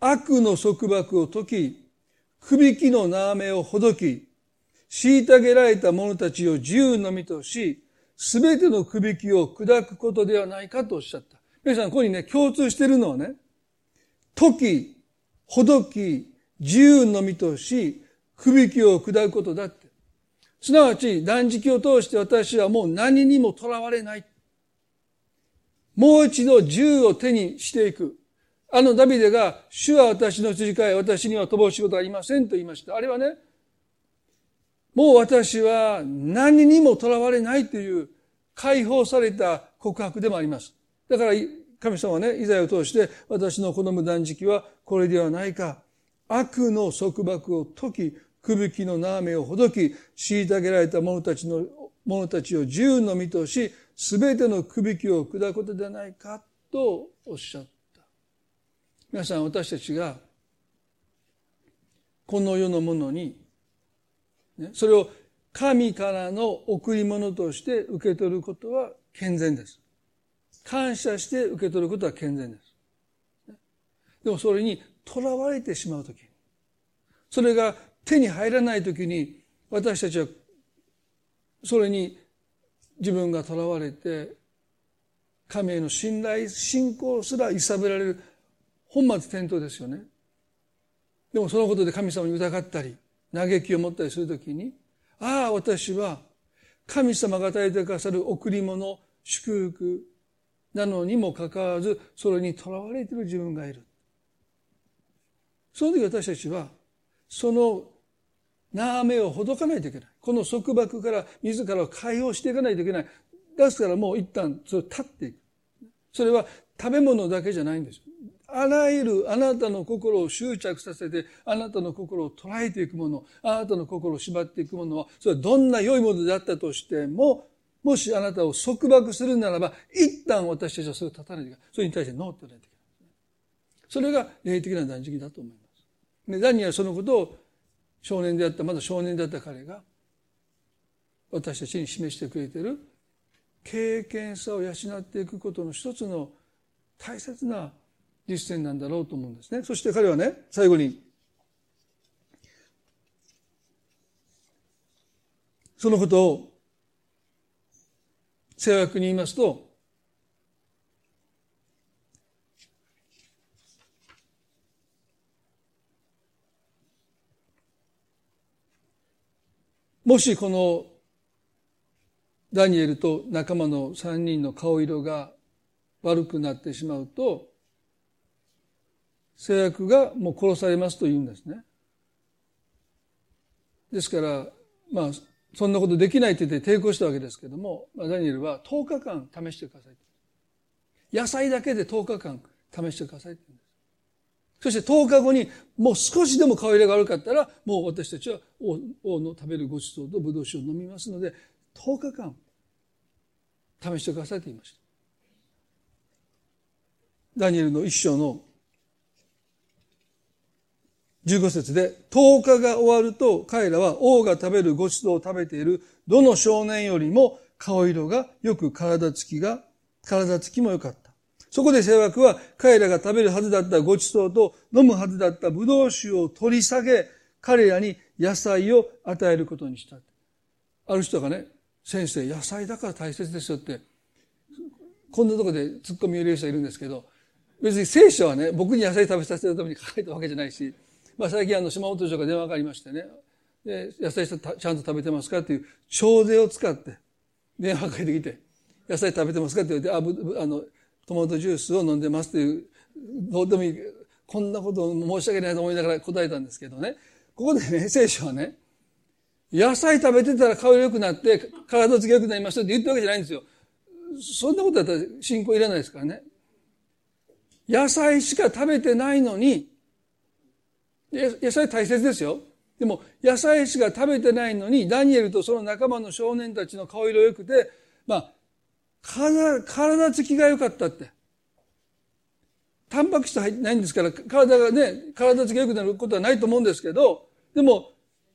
悪の束縛を解き、くびきの縄目をほどき、虐げられた者たちを自由の身とし、すべてのくびきを砕くことではないかとおっしゃった。皆さん、ここにね、共通しているのはね、解き、ほどき、自由の身とし、くびきを砕くことだって。すなわち断食を通して私はもう何にもとらわれない。もう一度自由を手にしていく。ダビデが主は私の羊飼い、私には乏しいことはありませんと言いました。あれはね、もう私は何にもとらわれないという解放された告白でもあります。だから神様はね、イザヤを通して私の好む断食はこれではないか。悪の束縛を解き、くびきの縄目をほどき、虐げられた者たちを自由の身とし、すべてのくびきを砕くことではないかとおっしゃった。皆さん、私たちがこの世のものに、それを神からの贈り物として受け取ることは健全です。感謝して受け取ることは健全です。でもそれにとらわれてしまうとき、それが手に入らないときに、私たちはそれに自分がとらわれて、神への信頼、信仰すら揺さぶられる本末転倒ですよね。でもそのことで神様に疑ったり、嘆きを持ったりするときに、私は神様が与えてくださる贈り物、祝福なのにもかかわらず、それにとらわれている自分がいる。その時私たちは、その縄目をほどかないといけない。この束縛から自らを解放していかないといけない。 ですからもう一旦それを立っていく。それは食べ物だけじゃないんですよ。あらゆるあなたの心を執着させて、あなたの心を捉えていくもの、あなたの心を縛っていくものは、それはどんな良いものであったとしても、もしあなたを束縛するならば、一旦私たちはそれを立たないといけない。それに対してノーって言わないといけない。それが霊的な断食だと思います。で、ダニエルはそのことを少年であった、まだ少年であった彼が、私たちに示してくれている経験さを養っていくことの一つの大切な実践なんだろうと思うんですね。そして彼はね、最後にそのことを聖約に言いますと、もしこのダニエルと仲間の3人の顔色が悪くなってしまうと、聖約がもう殺されますと言うんですね。ですから、そんなことできないって言って抵抗したわけですけども、ダニエルは10日間試してください。野菜だけで10日間試してくださいって言うんです。そして10日後にもう少しでも顔色が悪かったら、もう私たちは王の食べるごちそうとブドウ酒を飲みますので、10日間試してくださいと言いました。ダニエルの一章の15節で、10日が終わると彼らは王が食べるごちそうを食べているどの少年よりも顔色がよく体つきも良かった。そこで聖約は彼らが食べるはずだったごちそうと飲むはずだったブドウ酒を取り下げ、彼らに野菜を与えることにした。ある人がね、先生、野菜だから大切ですよって、こんなところで突っ込み入れる人いるんですけど、別に聖書はね、僕に野菜食べさせるために書かれたわけじゃないし、最近島本町が電話がありましてね、で野菜ちゃんと食べてますかっていう徴税を使って電話がかけてきて、野菜食べてますかって言われて、トマトジュースを飲んでますという、どうでもいい、こんなことを申し訳ないと思いながら答えたんですけどね、ここでね、聖書はね、野菜食べてたら顔色良くなって体つき良くなりましたって言ったわけじゃないんですよ。そんなことだったら信仰いらないですからね。野菜しか食べてないのに、野菜大切ですよ。でも野菜しか食べてないのに、ダニエルとその仲間の少年たちの顔色良くて、体つきが良かったって。タンパク質入ってないんですから、体つきが良くなることはないと思うんですけど、でも、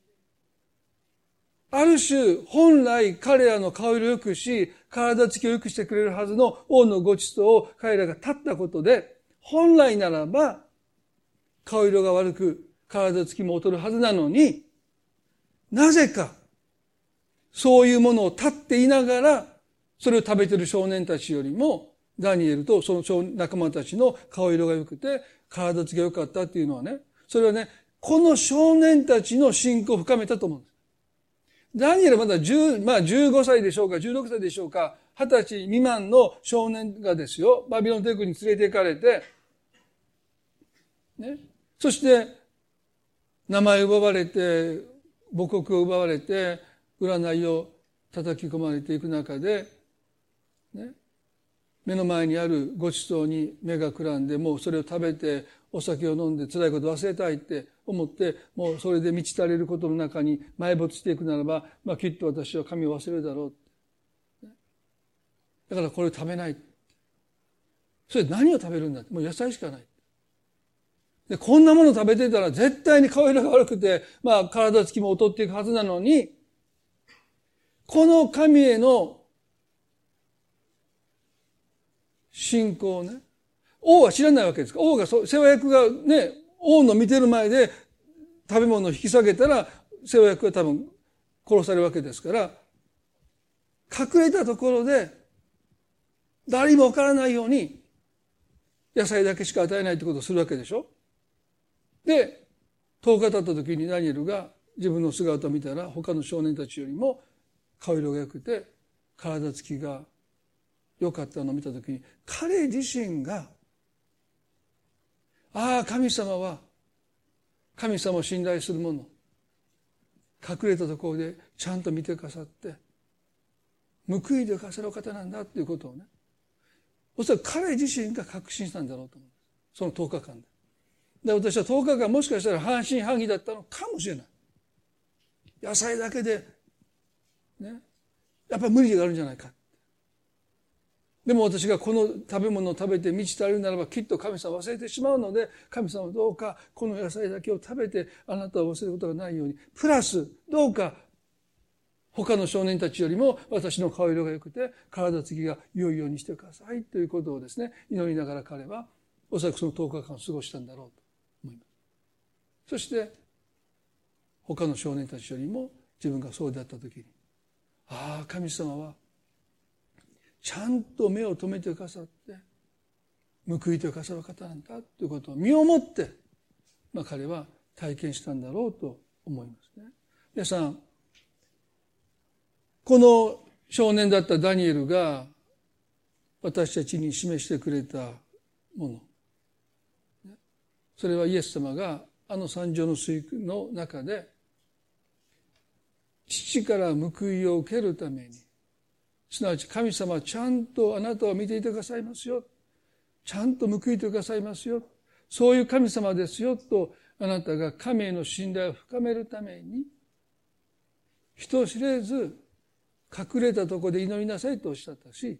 ある種、本来彼らの顔色良くし、体つきを良くしてくれるはずの王のごちそうを彼らが立ったことで、本来ならば、顔色が悪く、体つきも劣るはずなのに、なぜか、そういうものを立っていながら、それを食べている少年たちよりも、ダニエルとその仲間たちの顔色が良くて、体つきが良かったっていうのはね、それはね、この少年たちの信仰を深めたと思うんです。ダニエルはまだ15歳でしょうか、16歳でしょうか、20歳未満の少年がですよ、バビロン帝国に連れて行かれて、ね、そして、名前を奪われて、母国を奪われて、占いを叩き込まれていく中で、ね、目の前にあるごちそうに目がくらんで、もうそれを食べて、お酒を飲んで辛いことを忘れたいって思って、もうそれで満ち足れることの中に埋没していくならば、きっと私は神を忘れるだろう。だからこれを食べない。それ何を食べるんだって、もう野菜しかない。で、こんなもの食べてたら絶対に顔色が悪くて、体つきも劣っていくはずなのに、この神への信仰をね、王は知らないわけですから、王が、世話役がね、王の見てる前で食べ物を引き下げたら、世話役は多分殺されるわけですから、隠れたところで、誰にもわからないように、野菜だけしか与えないってことをするわけでしょ。で、10日経った時にダニエルが自分の姿を見たら、他の少年たちよりも顔色が良くて、体つきが良かったのを見た時に、彼自身が、神様は、神様を信頼する者、隠れたところでちゃんと見てくださって、 報いてくださる方なんだということをね、おそらく彼自身が確信したんだろうと思うんです。その10日間で。で、私は10日間もしかしたら半信半疑だったのかもしれない。野菜だけで、ね、やっぱり無理があるんじゃないか。でも私がこの食べ物を食べて満ちてあるならばきっと神様を忘れてしまうので、神様どうかこの野菜だけを食べてあなたを忘れることがないように、プラスどうか他の少年たちよりも私の顔色が良くて体つきが良いようにしてくださいということをですね、祈りながら彼はおそらくその10日間を過ごしたんだろうと思います。そして他の少年たちよりも自分がそうであったときに、ああ、神様はちゃんと目を留めてくださって報いてくださる方なんだということを身をもって、彼は体験したんだろうと思いますね。皆さん、この少年だったダニエルが私たちに示してくれたもの、それはイエス様があの三条の水の中で父から報いを受けるために、すなわち神様はちゃんとあなたを見ていてくださいますよ、ちゃんと報いてくださいますよ、そういう神様ですよと、あなたが神への信頼を深めるために人知れず隠れたところで祈りなさいとおっしゃったし、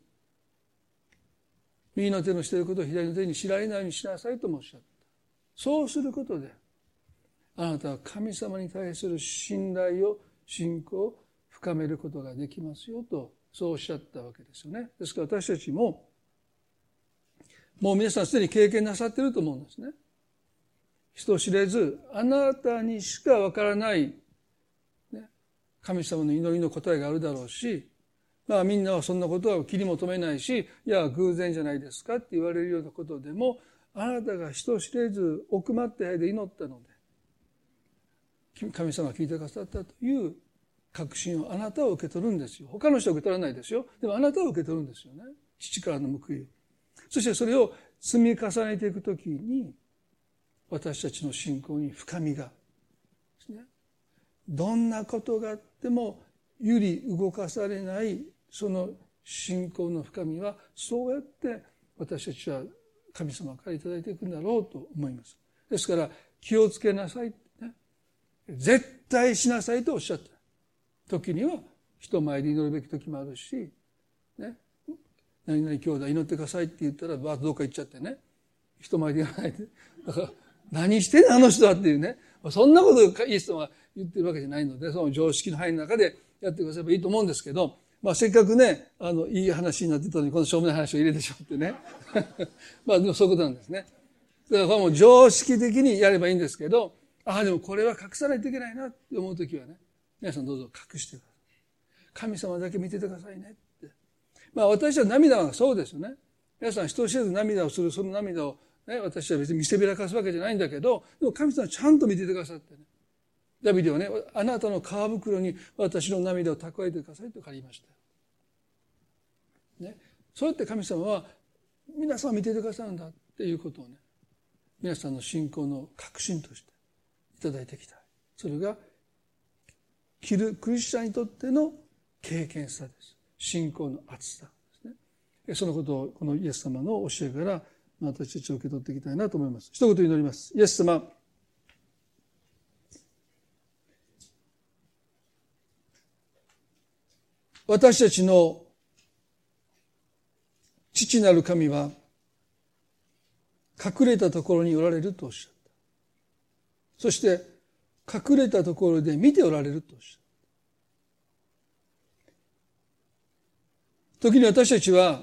右の手のしていることを左の手に知られないようにしなさいともおっしゃった。そうすることであなたは神様に対する信頼を、信仰を深めることができますよと、そうおっしゃったわけですよね。ですから私たちももう皆さんすでに経験なさっていると思うんですね。人知れずあなたにしかわからない、ね、神様の祈りの答えがあるだろうし、みんなはそんなことは気に求めないし、いや偶然じゃないですかって言われるようなことでも、あなたが人知れず奥まった部で祈ったので神様が聞いてくださったという確信をあなたは受け取るんですよ。他の人は受け取らないですよ。でもあなたは受け取るんですよね。父からの報いを。そしてそれを積み重ねていくときに、私たちの信仰に深みがですね。どんなことがあっても揺り動かされないその信仰の深みは、そうやって私たちは神様からいただいていくんだろうと思います。ですから気をつけなさい、ね、絶対しなさいとおっしゃった時には人前で祈るべき時もあるし、ね、何々兄弟祈ってくださいって言ったらどうか言っちゃってね、人前で言わないで、だから何してんのあの人はっていうね、そんなことをイエス様が言ってるわけじゃないので、その常識の範囲の中でやってくださればいいと思うんですけど、せっかくねいい話になってたのにこのしょうもない話を入れてしまってねでもそういうことなんですね。だからもう常識的にやればいいんですけど、でもこれは隠さないといけないなって思うときはね、皆さんどうぞ隠してください。神様だけ見ててくださいねって。私は涙はそうですよね。皆さん人知れず涙をする、その涙をね、私は別に見せびらかすわけじゃないんだけど、でも神様はちゃんと見ててくださってね。ダビデはね、あなたの皮袋に私の涙を蓄えてくださいと借りましたよ。ね、そうやって神様は皆さんを見ててくださるんだっていうことをね、皆さんの信仰の確信としていただいていきたい。それがクリスチャンにとっての経験さです。信仰の厚さですね。そのことをこのイエス様の教えから私たちを受け取っていきたいなと思います。一言祈ります。イエス様、私たちの父なる神は隠れたところにおられるとおっしゃった。そして隠れたところで見ておられるとおっしゃった。時に私たちは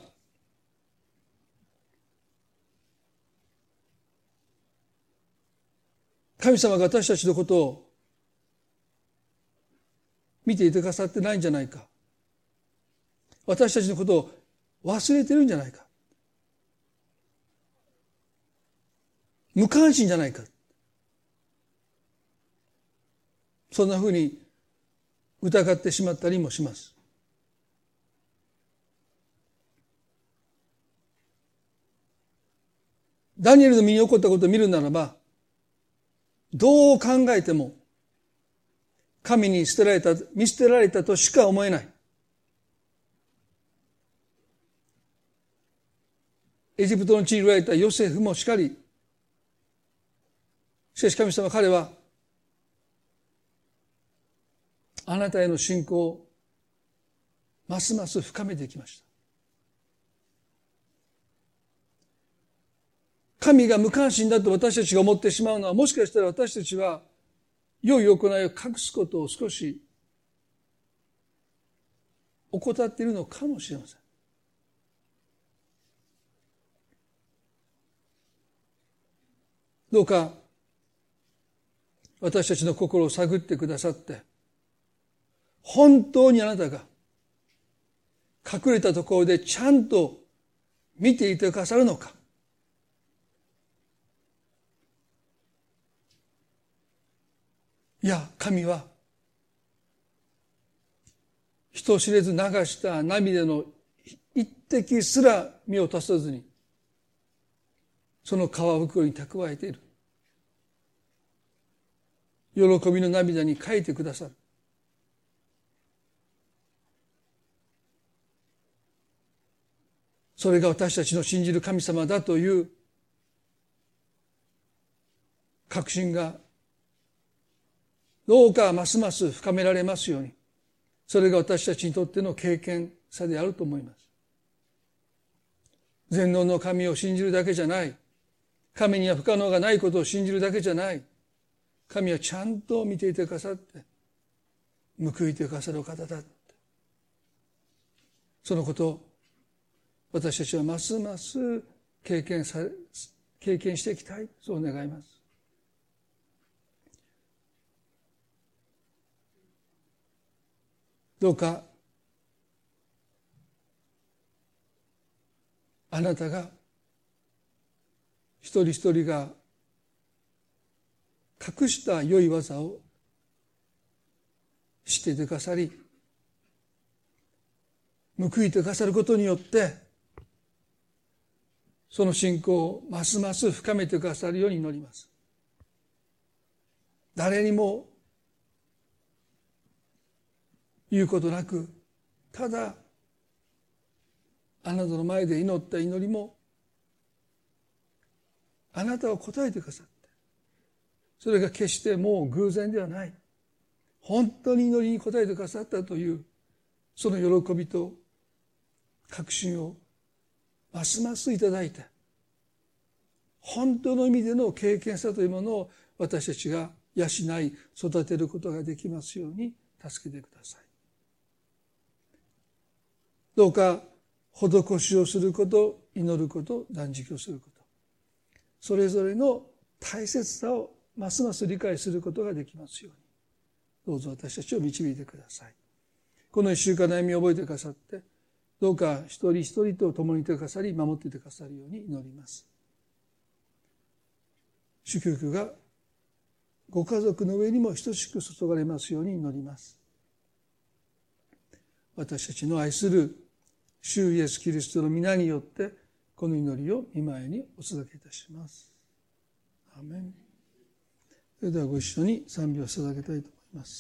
神様が私たちのことを見ていてくださってないんじゃないか、私たちのことを忘れてるんじゃないか、無関心じゃないか、そんなふうに疑ってしまったりもします。ダニエルの身に起こったことを見るならば、どう考えても神に見捨てられたとしか思えない。 エジプトの地に売られたヨセフもしかり、しかし神様、彼はあなたへの信仰をますます深めていきました。神が無関心だと私たちが思ってしまうのは、もしかしたら私たちは良い行いを隠すことを少し怠っているのかもしれません。どうか私たちの心を探ってくださって、本当にあなたが隠れたところでちゃんと見ていてくださるのか。いや、神は人知れず流した涙の一滴すら身を足さずに、その皮袋に蓄えている。喜びの涙に変えてくださる。それが私たちの信じる神様だという確信がどうかますます深められますように、それが私たちにとっての経験さであると思います。全能の神を信じるだけじゃない、神には不可能がないことを信じるだけじゃない、神はちゃんと見ていてくださって報いてくださる方だって、そのことを私たちはますます経験していきたい、そう願います。どうかあなたが一人一人が隠した良い技を知っていてくださり、報いてくださることによってその信仰をますます深めてくださるように祈ります。誰にも言うことなく、ただあなたの前で祈った祈りもあなたを答えてくださって、それが決してもう偶然ではない、本当に祈りに応えてくださったというその喜びと確信をますますいただいて、本当の意味での経験さというものを私たちが養い育てることができますように助けてください。どうか施しをすること、祈ること、断食をすること、それぞれの大切さをますます理解することができますように、どうぞ私たちを導いてください。この一週間の歩みを覚えてくださって、どうか一人一人と共にいてくださり、守っていてくださるように祈ります。祝福がご家族の上にも等しく注がれますように祈ります。私たちの愛する主イエスキリストの皆によってこの祈りを御前にお捧げいたします。アーメン。それではご一緒に賛美を捧げたいと思います。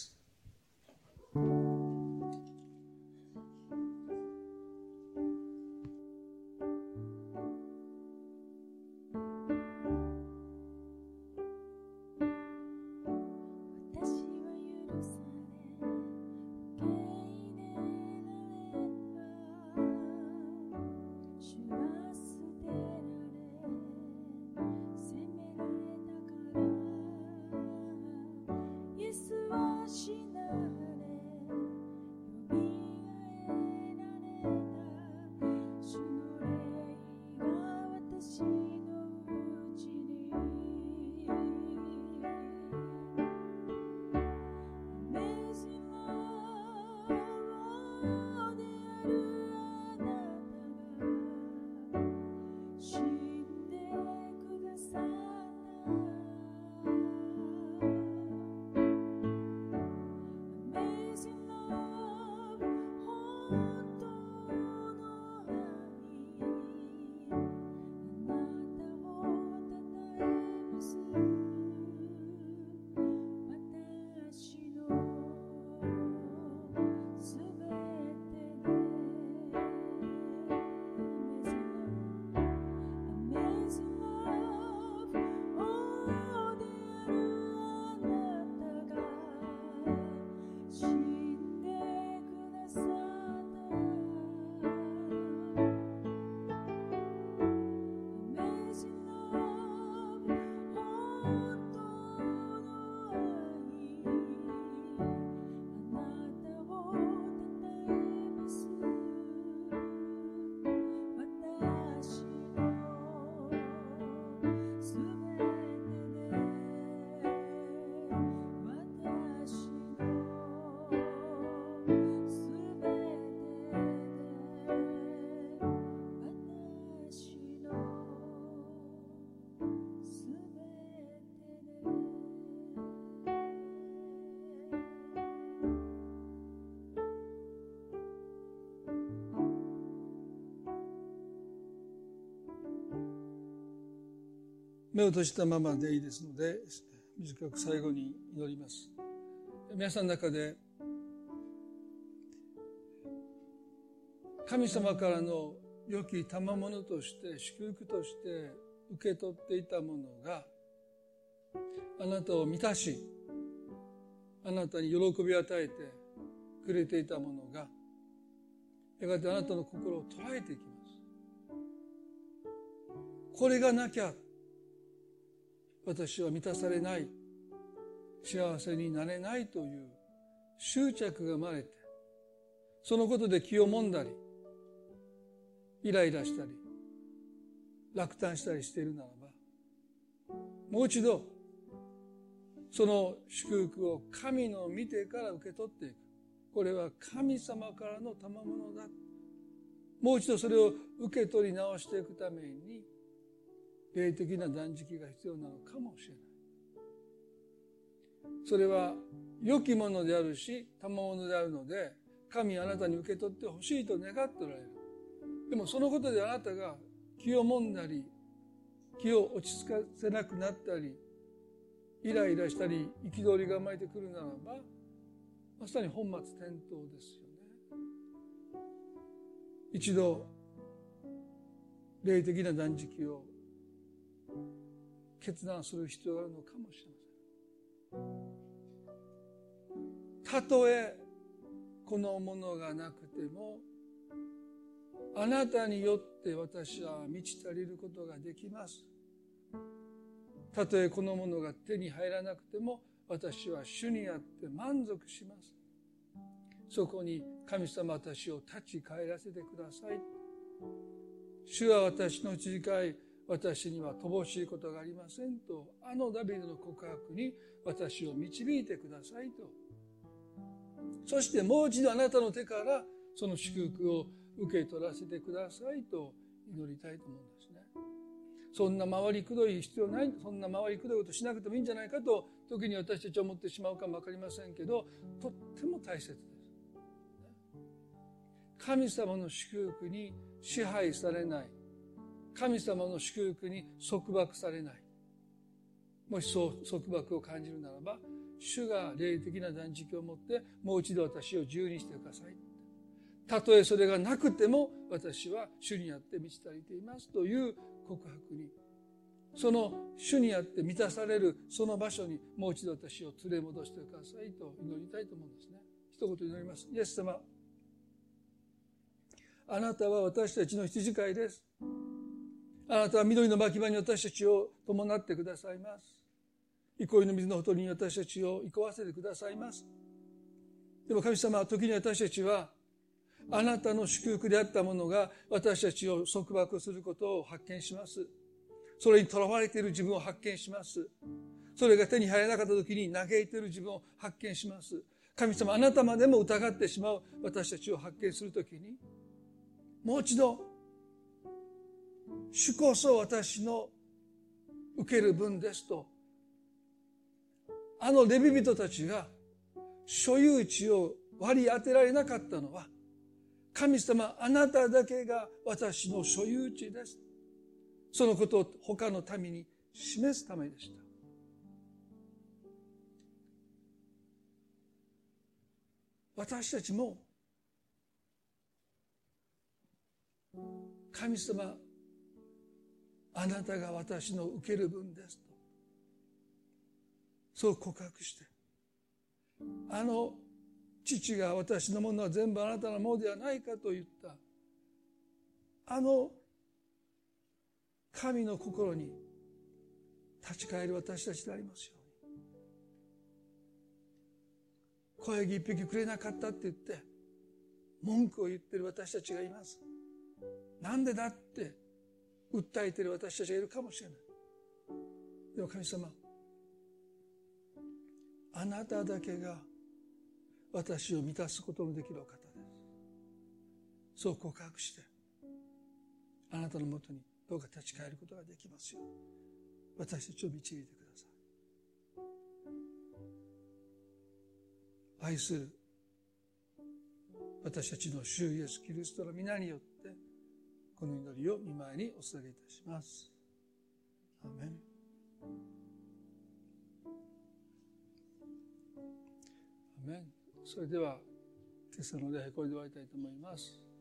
「 目を閉じたままでいいですので、短く最後に祈ります。皆さんの中で神様からの良き賜物として祝福として受け取っていたものがあなたを満たし、あなたに喜びを与えてくれていたものがやがてあなたの心を捉えていきます。これがなきゃ私は満たされない、幸せになれないという執着が生まれて、そのことで気をもんだりイライラしたり落胆したりしているならば、もう一度その祝福を神の見てから受け取っていく。これは神様からの賜物だ。もう一度それを受け取り直していくために霊的な断食が必要なのかもしれない。それは良きものであるし賜物であるので、神はあなたに受け取ってほしいと願っておられる。でもそのことであなたが気をもんだり気を落ち着かせなくなったりイライラしたり憤りが生まれてくるならば、まさに本末転倒ですよね。一度霊的な断食を決断する必要があるのかもしれません。たとえこのものがなくても、あなたによって私は満ち足りることができます。たとえこのものが手に入らなくても、私は主にあって満足します。そこに神様、私を立ち返らせてください。主は私の羊飼い、私には乏しいことがありませんと、あのダビデの告白に私を導いてくださいと。そしてもう一度あなたの手からその祝福を受け取らせてくださいと祈りたいと思うんですね。そんな回りくどい必要ない、そんな回りくどいことしなくてもいいんじゃないかと時に私たちは思ってしまうかもわかりませんけど、とっても大切です。神様の祝福に支配されない、神様の祝福に束縛されない、もしそう束縛を感じるならば、主が霊的な断食をもってもう一度私を自由にしてください。たとえそれがなくても私は主にあって満ち足りていますという告白に、その主にあって満たされるその場所にもう一度私を連れ戻してくださいと祈りたいと思うんですね。一言祈ります。イエス様、あなたは私たちの羊飼いです。あなたは緑の牧場に私たちを伴ってくださいます。憩いの水のほとりに私たちを憩わせてくださいます。でも神様、時に私たちはあなたの祝福であったものが私たちを束縛することを発見します。それにとらわれている自分を発見します。それが手に入らなかった時に嘆いている自分を発見します。神様、あなたまでも疑ってしまう私たちを発見するときに、もう一度主こそ私の受ける分ですと、あのレビ人たちが所有地を割り当てられなかったのは、神様、あなただけが私の所有地です。そのことを他の民に示すためでした。私たちも神様、あなたが私の受ける分ですと、そう告白して、あの父が私のものは全部あなたのものではないかと言ったあの神の心に立ち返る私たちでありますように。小ヤギ一匹くれなかったって言って文句を言っている私たちがいます。なんでだって訴えている私たちがいるかもしれない。でも神様、あなただけが私を満たすことのできるお方です。そう告白してあなたのもとにどうか立ち返ることができますように私たちを導いてください。愛する私たちの主イエスキリストの皆によってこの祈りを御前にお捧げいたします。アーメン。 アメン。それでは今朝の礼拝これで終わりたいと思います。